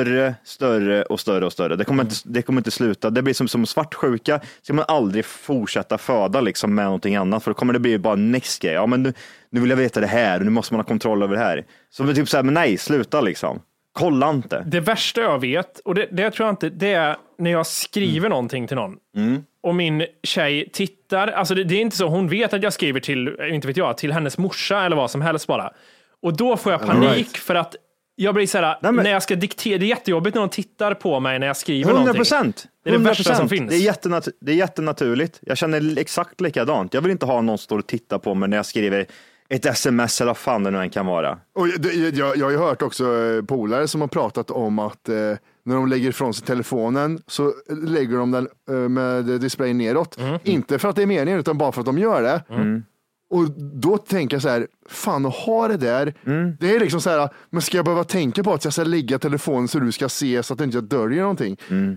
och större. Det kommer inte sluta. Det blir som svartsjuka. Ska man aldrig fortsätta föda liksom med någonting annat, för då kommer det bli bara next grej. Ja, men nu vill jag veta det här och nu måste man ha kontroll över det här. Så det är typ så här, men nej, sluta liksom. Kolla inte. Det värsta jag vet, och det tror jag inte, det är när jag skriver någonting till någon. Och min tjej tittar, alltså det är inte så, hon vet att jag skriver till hennes morsa eller vad som helst bara. Och då får jag panik för att jag blir så här, när jag ska diktera, det är jättejobbigt när de tittar på mig när jag skriver 100%, någonting. Det är det värsta som finns. Det är jättenaturligt. Jag känner exakt likadant. Jag vill inte ha någon som står och tittar på mig när jag skriver ett sms eller vad fan det nu än kan vara. Och jag har ju hört också polare som har pratat om att när de lägger ifrån sig telefonen så lägger de den med displayen neråt. Inte för att det är meningen utan bara för att de gör det. Och då tänker jag så här, fan att ha det där. Det är liksom så här, men ska jag behöva tänka på att jag ska lägga telefonen så du ska se så att jag inte döljer någonting.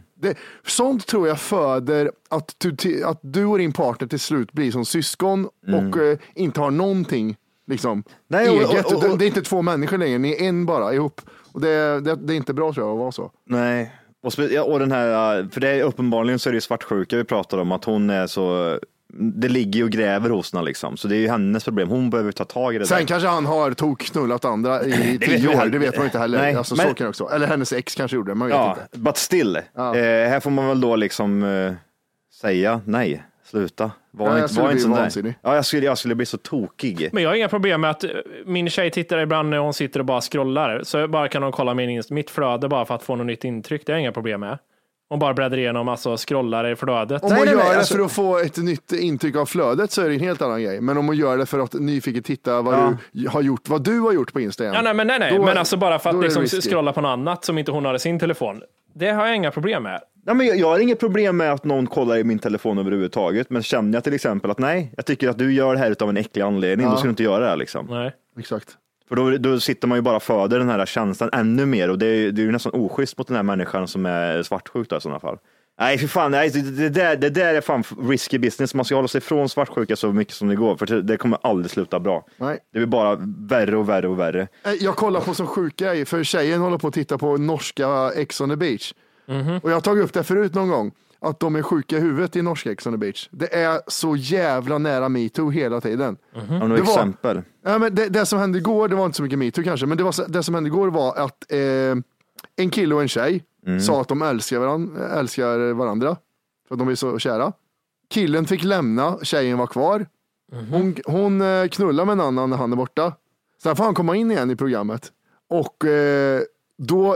Sånt tror jag föder att du och din partner till slut blir som syskon och inte har någonting liksom eget. Och det är inte 2 människor längre, ni är en bara ihop. Och det är inte bra tror jag att vara så. Nej. Och den här, för det är uppenbarligen så är det svartsjuka vi pratar om, att hon är så, det ligger och gräver hos henne liksom. Så det är ju hennes problem, hon behöver ta tag i det. Sen där. Kanske han har knullat andra i 10 år, det vet man inte heller. Nej, alltså, så kan det också. Eller hennes ex kanske gjorde det, man vet inte. But still, här får man väl då liksom säga nej. Sluta. Var inte sån där. Ja, jag skulle bli så tokig. Men jag har inga problem med att min tjej tittar ibland när hon sitter och bara scrollar. Så bara kan hon kolla mitt flöde bara för att få något nytt intryck. Det är inga problem med. Hon bara bräddar igenom, alltså scrollar i flödet. Om hon gör det för att få ett nytt intryck av flödet så är det en helt annan grej. Men om hon gör det för att nyfiket titta vad du har gjort på Instagram. Ja, nej. Men alltså bara för att liksom scrolla på något annat som inte hon har i sin telefon. Det har jag inga problem med. Nej, men jag har inget problem med att någon kollar i min telefon överhuvudtaget, men känner jag till exempel att nej, jag tycker att du gör det här utav en äcklig anledning, då ska du inte göra det här liksom. Nej, exakt. För då sitter man ju bara föder den här känslan ännu mer, och det är ju nästan oschysst mot den här människan som är svartsjuk då, i sådana fall. Nej, för fan, nej, det där är fan risky business. Man ska hålla sig ifrån svartsjuka så mycket som det går, för det kommer aldrig sluta bra. Nej. Det blir bara värre och värre och värre. Jag kollar på som sjuka, för tjejen håller på att titta på norska Ex on the Beach. Och jag har tagit upp det förut någon gång, att de är sjuka i huvudet i norska Ex on the Beach. Det är så jävla nära MeToo hela tiden. Har du exempel? Ja, men det som hände igår, det var inte så mycket MeToo kanske, men det som hände igår var att en kille och en tjej sa att de älskar varandra för att de är så kära. Killen fick lämna, tjejen var kvar. Hon knullar med en annan när han är borta. Sen får han komma in igen i programmet. Och då,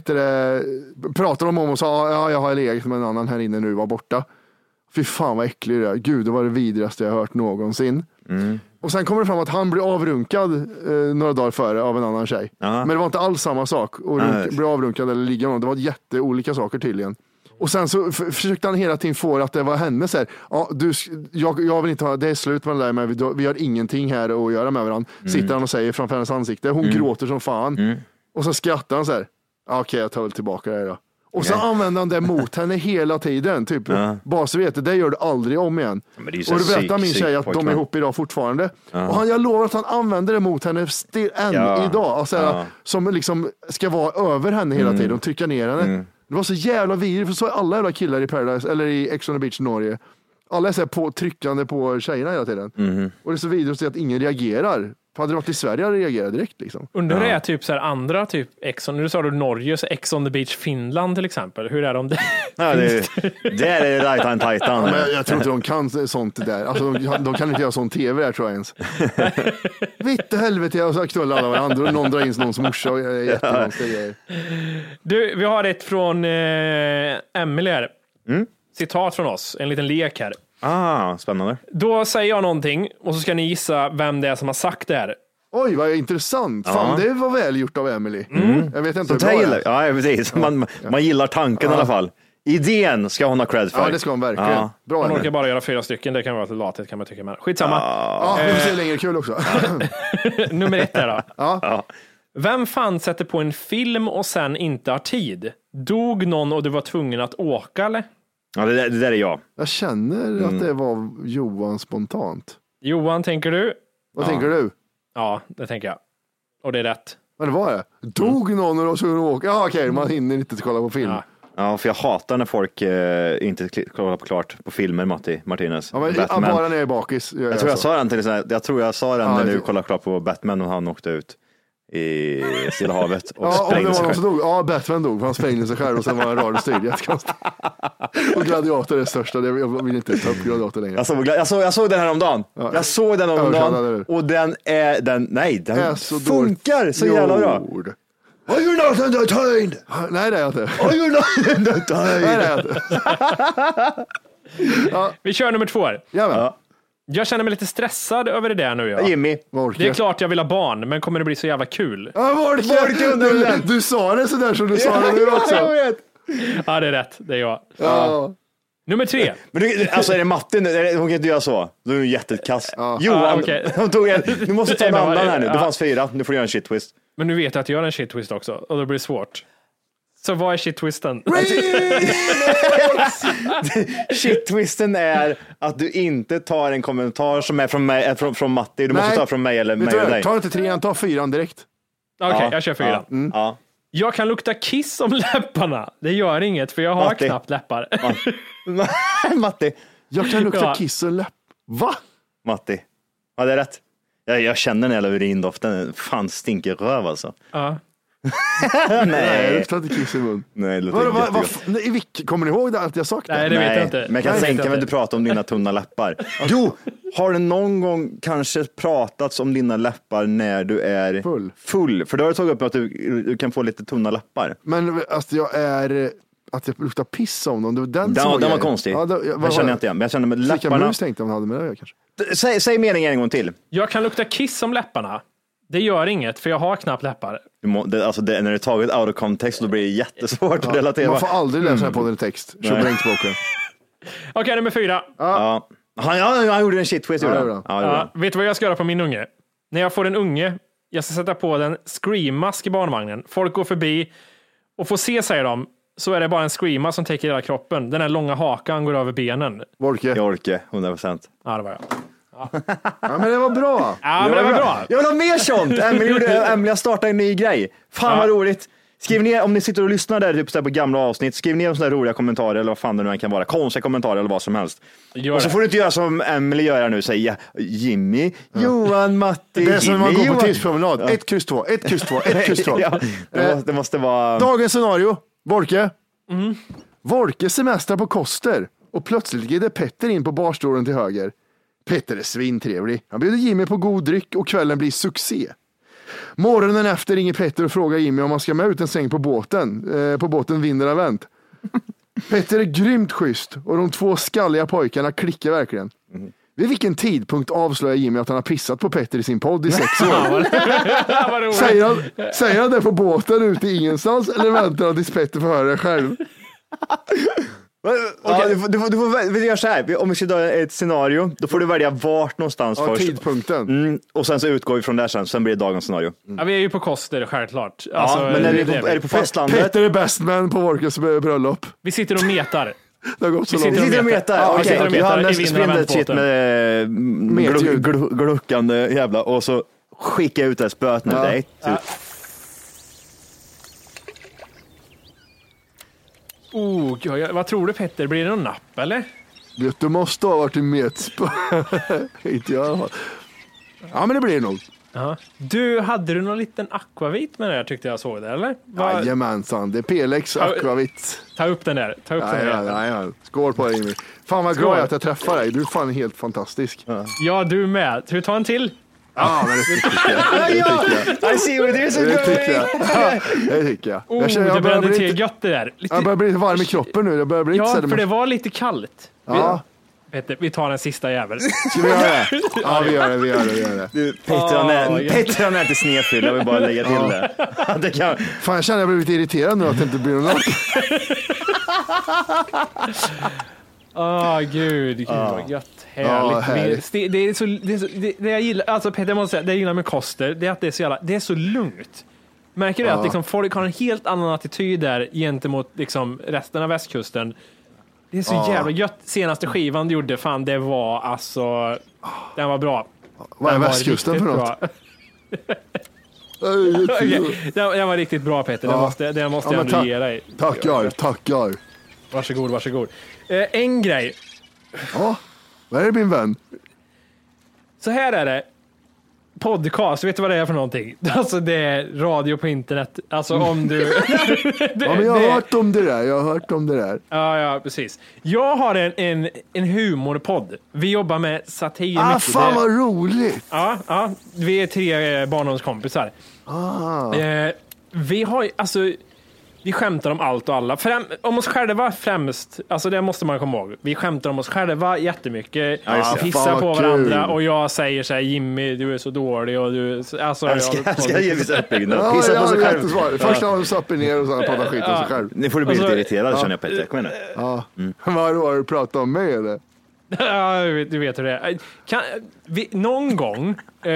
pratar de om och sa, ja, jag har legat med en annan här inne nu, var borta. Fy fan vad äcklig det är. Gud, det var det vidrigaste jag hört någonsin. Och sen kommer det fram att han blir avrunkad några dagar före av en annan tjej. Men det var inte alls samma sak. Och bli avrunkad eller ligga med någon. Det var jätteolika saker tydligen. Och sen så försökte han hela tiden få att det var henne så här. Ja, jag vill inte ha, det är slut med det där, men vi har ingenting här att göra med varandra. Sitter han och säger framför hennes ansikte. Hon gråter som fan. Och så skrattar han så här. Okej, jag tar väl tillbaka det då. Och så använder han det mot henne hela tiden. Typ, bara så vet det gör du aldrig om igen. Och då berättar min tjej att de är ihop idag fortfarande. Och jag lovar att han använder det mot henne än idag. Alltså, som liksom ska vara över henne hela tiden och trycka ner henne. Det var så jävla vidrigt, för så är alla jävla killar i Paradise eller i Ex on the Beach Norge. Alla är så här tryckande på tjejerna hela tiden. Och det är så vidrigt att se att ingen reagerar. Hade det varit i Sverige hade reagerat direkt liksom. Undrar det är typ så här andra typ nu sa du Norge, så Ex on the Beach Finland till exempel. Hur är de det? Ja, det är right on titan. Men jag tror inte de kan sånt där. Alltså de kan inte göra sån tv där tror jag ens. Vitt helvete, jag har knullat alla varandra och någon drar in någons morsa och jättekonstiga. Du, vi har ett från Emelie här. Citat från oss, en liten lek här. Spännande. Då säger jag någonting och så ska ni gissa vem det är som har sagt det här. Oj, vad intressant. Fan, det var väl gjort av Emily. Jag vet inte hur bra det är. Ja, precis. Man gillar tanken i alla fall. Idén ska hon ha cred för. Ja, det ska hon verkligen. Bra. Hon orkar bara göra 4 stycken, det kan vara lite latigt kan man tycka. Men skitsamma. Ja, vi får se längre kul också. Nummer 1 här då. Ja. Vem fan sätter på en film och sen inte har tid? Dog någon och du var tvungen att åka eller? Ja, det där är jag. Jag känner att det var Johan spontant. Johan, tänker du? Vad tänker du? Ja, det tänker jag. Och det är rätt. Men det var det. Dog någon och så åka? Ja, okej, man hinner inte kolla på film. Ja, för jag hatar när folk inte kollar på klart på filmer, Martinez. Ja, men bara när jag är bakis. Jag tror jag sa den när du kollade klart på Batman och han åkte ut i Stilla havet och sprängde sig själv. Ja, Batman dog, han sprängde sig själv och sen var han radiostyrd. Jättekonstigt. Och Gladiator är det största, jag vill inte ta upp Gladiator längre. Jag såg den här om dagen. Jag såg den om dagen och den är så funkar så jävla bra. Are you not entertained? Nej, det är jag inte. Are you not entertained? Nej, det är jag inte. Vi kör nummer 2 här. Ja. Jag känner mig lite stressad över det där nu. Ja. Jimmy. Det är klart jag vill ha barn, men kommer det bli så jävla kul? Ja, du sa det sådär som du sa det nu också. Jag vet. Ja, det är rätt. Det är jag. Ja. Nummer 3. Men alltså är det Martin? Hon kan inte göra så. Du är jättekass. Johan, hon tog en. Du måste ta en annan här nu. Det fanns 4. Nu får du göra en shit twist. Men nu vet jag att jag gör en shit twist också. Och då blir det svårt. Så vad är shit twisten? Shit twisten är att du inte tar en kommentar som är från mig, från Matti. Du måste ta från mig eller mig och dig. Ta inte 3, ta 4 direkt. Okej, jag kör 4. Ja. Jag kan lukta kiss om läpparna. Det gör inget, för jag har knappt läppar. Matti. Jag kan lukta kiss och läpp. Va? Matti. Ja, det är rätt. Jag känner den jävla urindoften. Fan, stinker röv alltså. Ja. Nej, jag luktar inte kiss i mun. Nej, det låter kommer ni ihåg det att jag sagt det? Nej, det vet jag inte. Men jag kan tänka mig att du pratar om dina tunna läppar. Jo, har det någon gång kanske pratats om dina läppar när du är full? För då har du tagit upp att du kan få lite tunna läppar. Men alltså att jag luktar piss om dem. Den var konstig. Ja, jag känner inte igen. Men jag känner med läpparna. Jag tänkte om hade med det kanske. Säg meningen en gång till. Jag kan lukta kiss om läpparna. Det gör inget, för jag har knappt läppar. Alltså när det är taget out of context, då blir det jättesvårt att relatera. Man får aldrig läsa på den text. Okej, nummer 4. Ja. Han gjorde en shit-twist. Vet du vad jag ska göra på min unge? När jag får en unge, jag ska sätta på den Scream-mask i barnvagnen. Folk går förbi och får se, säger de, så är det bara en Scream-mask som täcker hela kroppen. Den här långa hakan går över benen. Jag orkar, 100%. Ja, det var jag. Ja, men det var bra. Ja, men det var bra. Jag vill ha mer sånt. Emelie startade en ny grej. Fan vad roligt. Skriv ner, om ni sitter och lyssnar där typ på gamla avsnitt, skriv ner sådana roliga kommentarer eller vad fan det nu kan vara. Konstiga kommentarer eller vad som helst. Och så får du inte göra som Emelie gör nu, säga Jimmy, Johan, Matti. Det är som när man går på tipspromenad. 1, X, 2, 1, X, 2, 1, X, 2. Ja, det måste vara... Dagens scenario. Volke. Volke semestrar på Koster och plötsligt glider Petter in på barstolen till höger. Petter är svintrevlig. Han bjuder Jimmy på god dryck och kvällen blir succé. Morgonen efter ringer Petter och frågar Jimmy om han ska med ut en säng på båten. På båten Vinter-event. Petter är grymt schysst och de 2 skalliga pojkarna klickar verkligen. Vid vilken tidpunkt avslöjar Jimmy att han har pissat på Petter i sin podd i 6 år? Säger han det på båten ute i ingenstans eller väntar han tills Petter får höra det själv? Okay. Du får göra så här. Om vi ska ta ett scenario, då får du välja vart någonstans först. Tidpunkten. Och sen så utgår vi från där sen blir det dagens scenario. Ja, vi är ju på Koster, självklart. Ja, alltså, men är det på fastlandet? Petter är best man på Volkes bröllop. Vi sitter och metar. Det har gått så långt. Vi sitter och metar. Okej, Johannes springer ett shit med gluckande jävla, och så skickar jag ut det spöet nu. Det är vad tror du, Petter? Blir det någon napp, eller? Du måste ha varit i Metspa. Inte jag. Ja, men det blir det nog. Hade du någon liten akvavit med det här, tyckte jag såg det, eller? Jajamensan, det är Pelex akvavit. Ta upp den där. Ja. Skål på dig, Jimmy. Fan vad glad att jag träffar dig. Du är fan helt fantastisk. Ja, du med. Ska vi ta en till? Ja, men det tycker jag. I see where this is going. Det tycker jag. Det började till gött det där. Jag börjar bli varm i kroppen nu. För det var lite kallt. Ja. Petter, vi tar den sista jäveln. Ska vi göra det? Ja, vi gör det. Du, Petter har inte snedfyll. Jag vill bara lägga till det. Fan, jag känner att jag blir lite irriterad nu att det inte blir något. Gud vad gött. Härligt. Det är så, det jag gillar, alltså Petter, jag måste säga, det jag gillar med Koster, det är att det är så lugnt. Märker du att liksom, folk har en helt annan attityd där gentemot liksom, resten av västkusten. Det är så jävla gött. Senaste skivan du gjorde, fan, det var alltså, den var bra. Vad är västkusten för något? Den var riktigt bra, Petter. Den måste jag ändå ge dig. Tackar. Varsågod. En grej. Ja, vad är det, min vän? Så här är det. Podcast, vet du vad det är för någonting? Alltså det är radio på internet. Alltså om du... men jag har hört om det där. Ja, precis. Jag har en humorpodd. Vi jobbar med satir. Fan vad roligt. Ja. Vi är 3 barndomskompisar. Vi har, alltså... Vi skämtar om allt och alla. Om oss själva främst. Alltså det måste man komma ihåg. Vi skämtar om oss själva jättemycket. Pissar på varandra. Och jag säger så här: Jimmy, du är så dålig. Och du, alltså, jag ska ge vissa uppbyggnad. Pissa på sig själv. Först har de sappat ner och sen pratar skit om sig själv. Nu får du bli lite irriterad, känner jag, Petter. Kom igen nu. Vad har du pratat om mig, eller? Ja, du vet hur det är. Någon gång...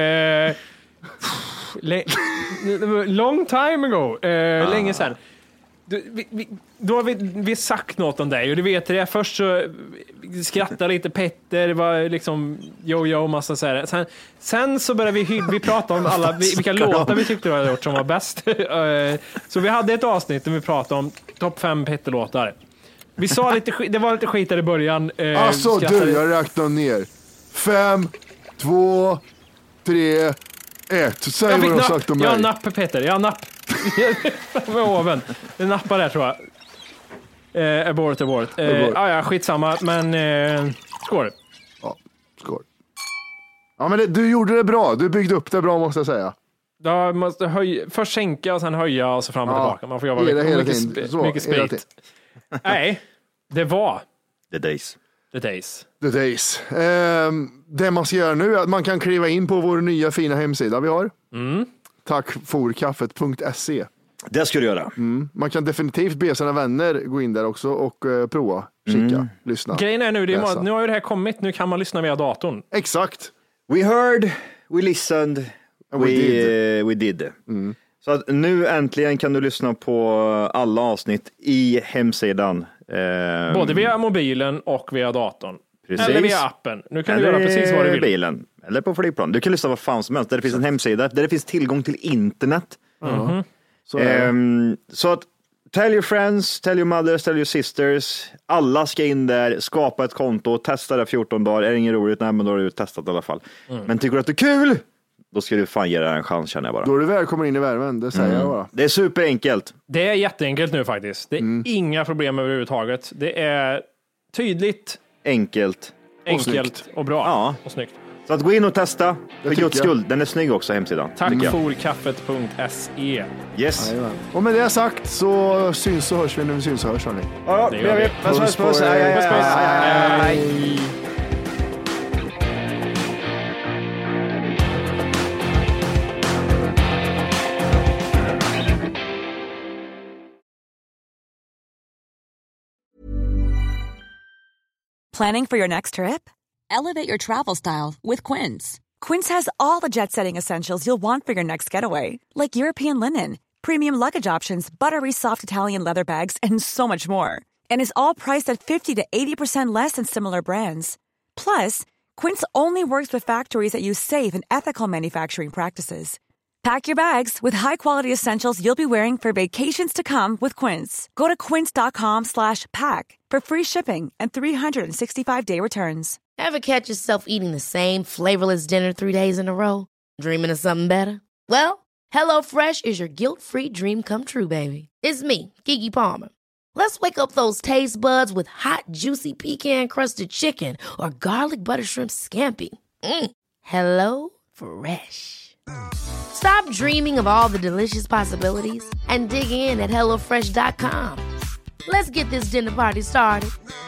long time ago. Länge sedan. Då har vi sagt något om dig och du vet det. Först så skrattade lite Petter, var liksom yo massa så här. Sen så började vi prata om alla vilka låtar vi tyckte vi hade gjort som var bäst. Så vi hade ett avsnitt där vi pratade om topp 5 Petter-låtar. Vi sa det var lite skit där i början. Alltså du, jag räknar ner 5, 2, 3, 1. Säg vad du har sagt om mig. Jag har napp, Petter. Jag har napp. Med oven. Det nappar där, tror jag. Abort. Ja, skitsamma. Men skål. Ja, skål. Ja, men du gjorde det bra. Du byggde upp det bra, måste jag säga. Jag måste först sänka och sen höja och så fram och tillbaka. Man får jobba mycket sprit. Nej, det var The The days. Det man ska göra nu är att man kan kliva in på vår nya fina hemsida vi har. Tackforkaffet.se. Det ska du göra. Man kan definitivt be sina vänner gå in där också och prova, kika, lyssna. Grejen är nu har ju det här kommit, nu kan man lyssna via datorn. Exakt. We heard, we listened, we did. Så att nu äntligen kan du lyssna på alla avsnitt i hemsidan. Både via mobilen och via datorn. Precis. Eller via appen. Nu kan du göra precis vad du vill. Bilen. Eller på flygplan. Du kan lyssna vad fan som helst. Där det finns en hemsida. Där det finns tillgång till internet. Så att tell your friends, tell your mothers, tell your sisters. Alla ska in där, skapa ett konto, testa det 14 dagar. Är det inget roligt? Nej, men då har du testat i alla fall. Men tycker du att det är kul? Då ska du fan ge det en chans, känner jag bara. Då är du välkommen in i värmen, det säger jag bara. Det är superenkelt. Det är jätteenkelt nu faktiskt. Det är inga problem överhuvudtaget. Det är tydligt. Enkelt Och bra. Ja. Och snyggt. Så att gå in och testa. För guds skull. Den är snygg också, hemsidan. Tackforkaffet.se. Yes. Och med det sagt så syns och hörs vi när vi syns och hörs, hörni. Ja, det gör vi. Puss. Puss. Planning for your next trip? Elevate your travel style with Quince. Quince has all the jet-setting essentials you'll want for your next getaway, like European linen, premium luggage options, buttery soft Italian leather bags, and so much more. And is all priced at 50 to 80% less than similar brands. Plus, Quince only works with factories that use safe and ethical manufacturing practices. Pack your bags with high-quality essentials you'll be wearing for vacations to come with Quince. Go to quince.com/pack for free shipping and 365-day returns. Ever catch yourself eating the same flavorless dinner 3 days in a row? Dreaming of something better? Well, HelloFresh is your guilt-free dream come true, baby. It's me, Keke Palmer. Let's wake up those taste buds with hot, juicy pecan-crusted chicken or garlic butter shrimp scampi. Hello Fresh. Stop dreaming of all the delicious possibilities and dig in at HelloFresh.com. Let's get this dinner party started.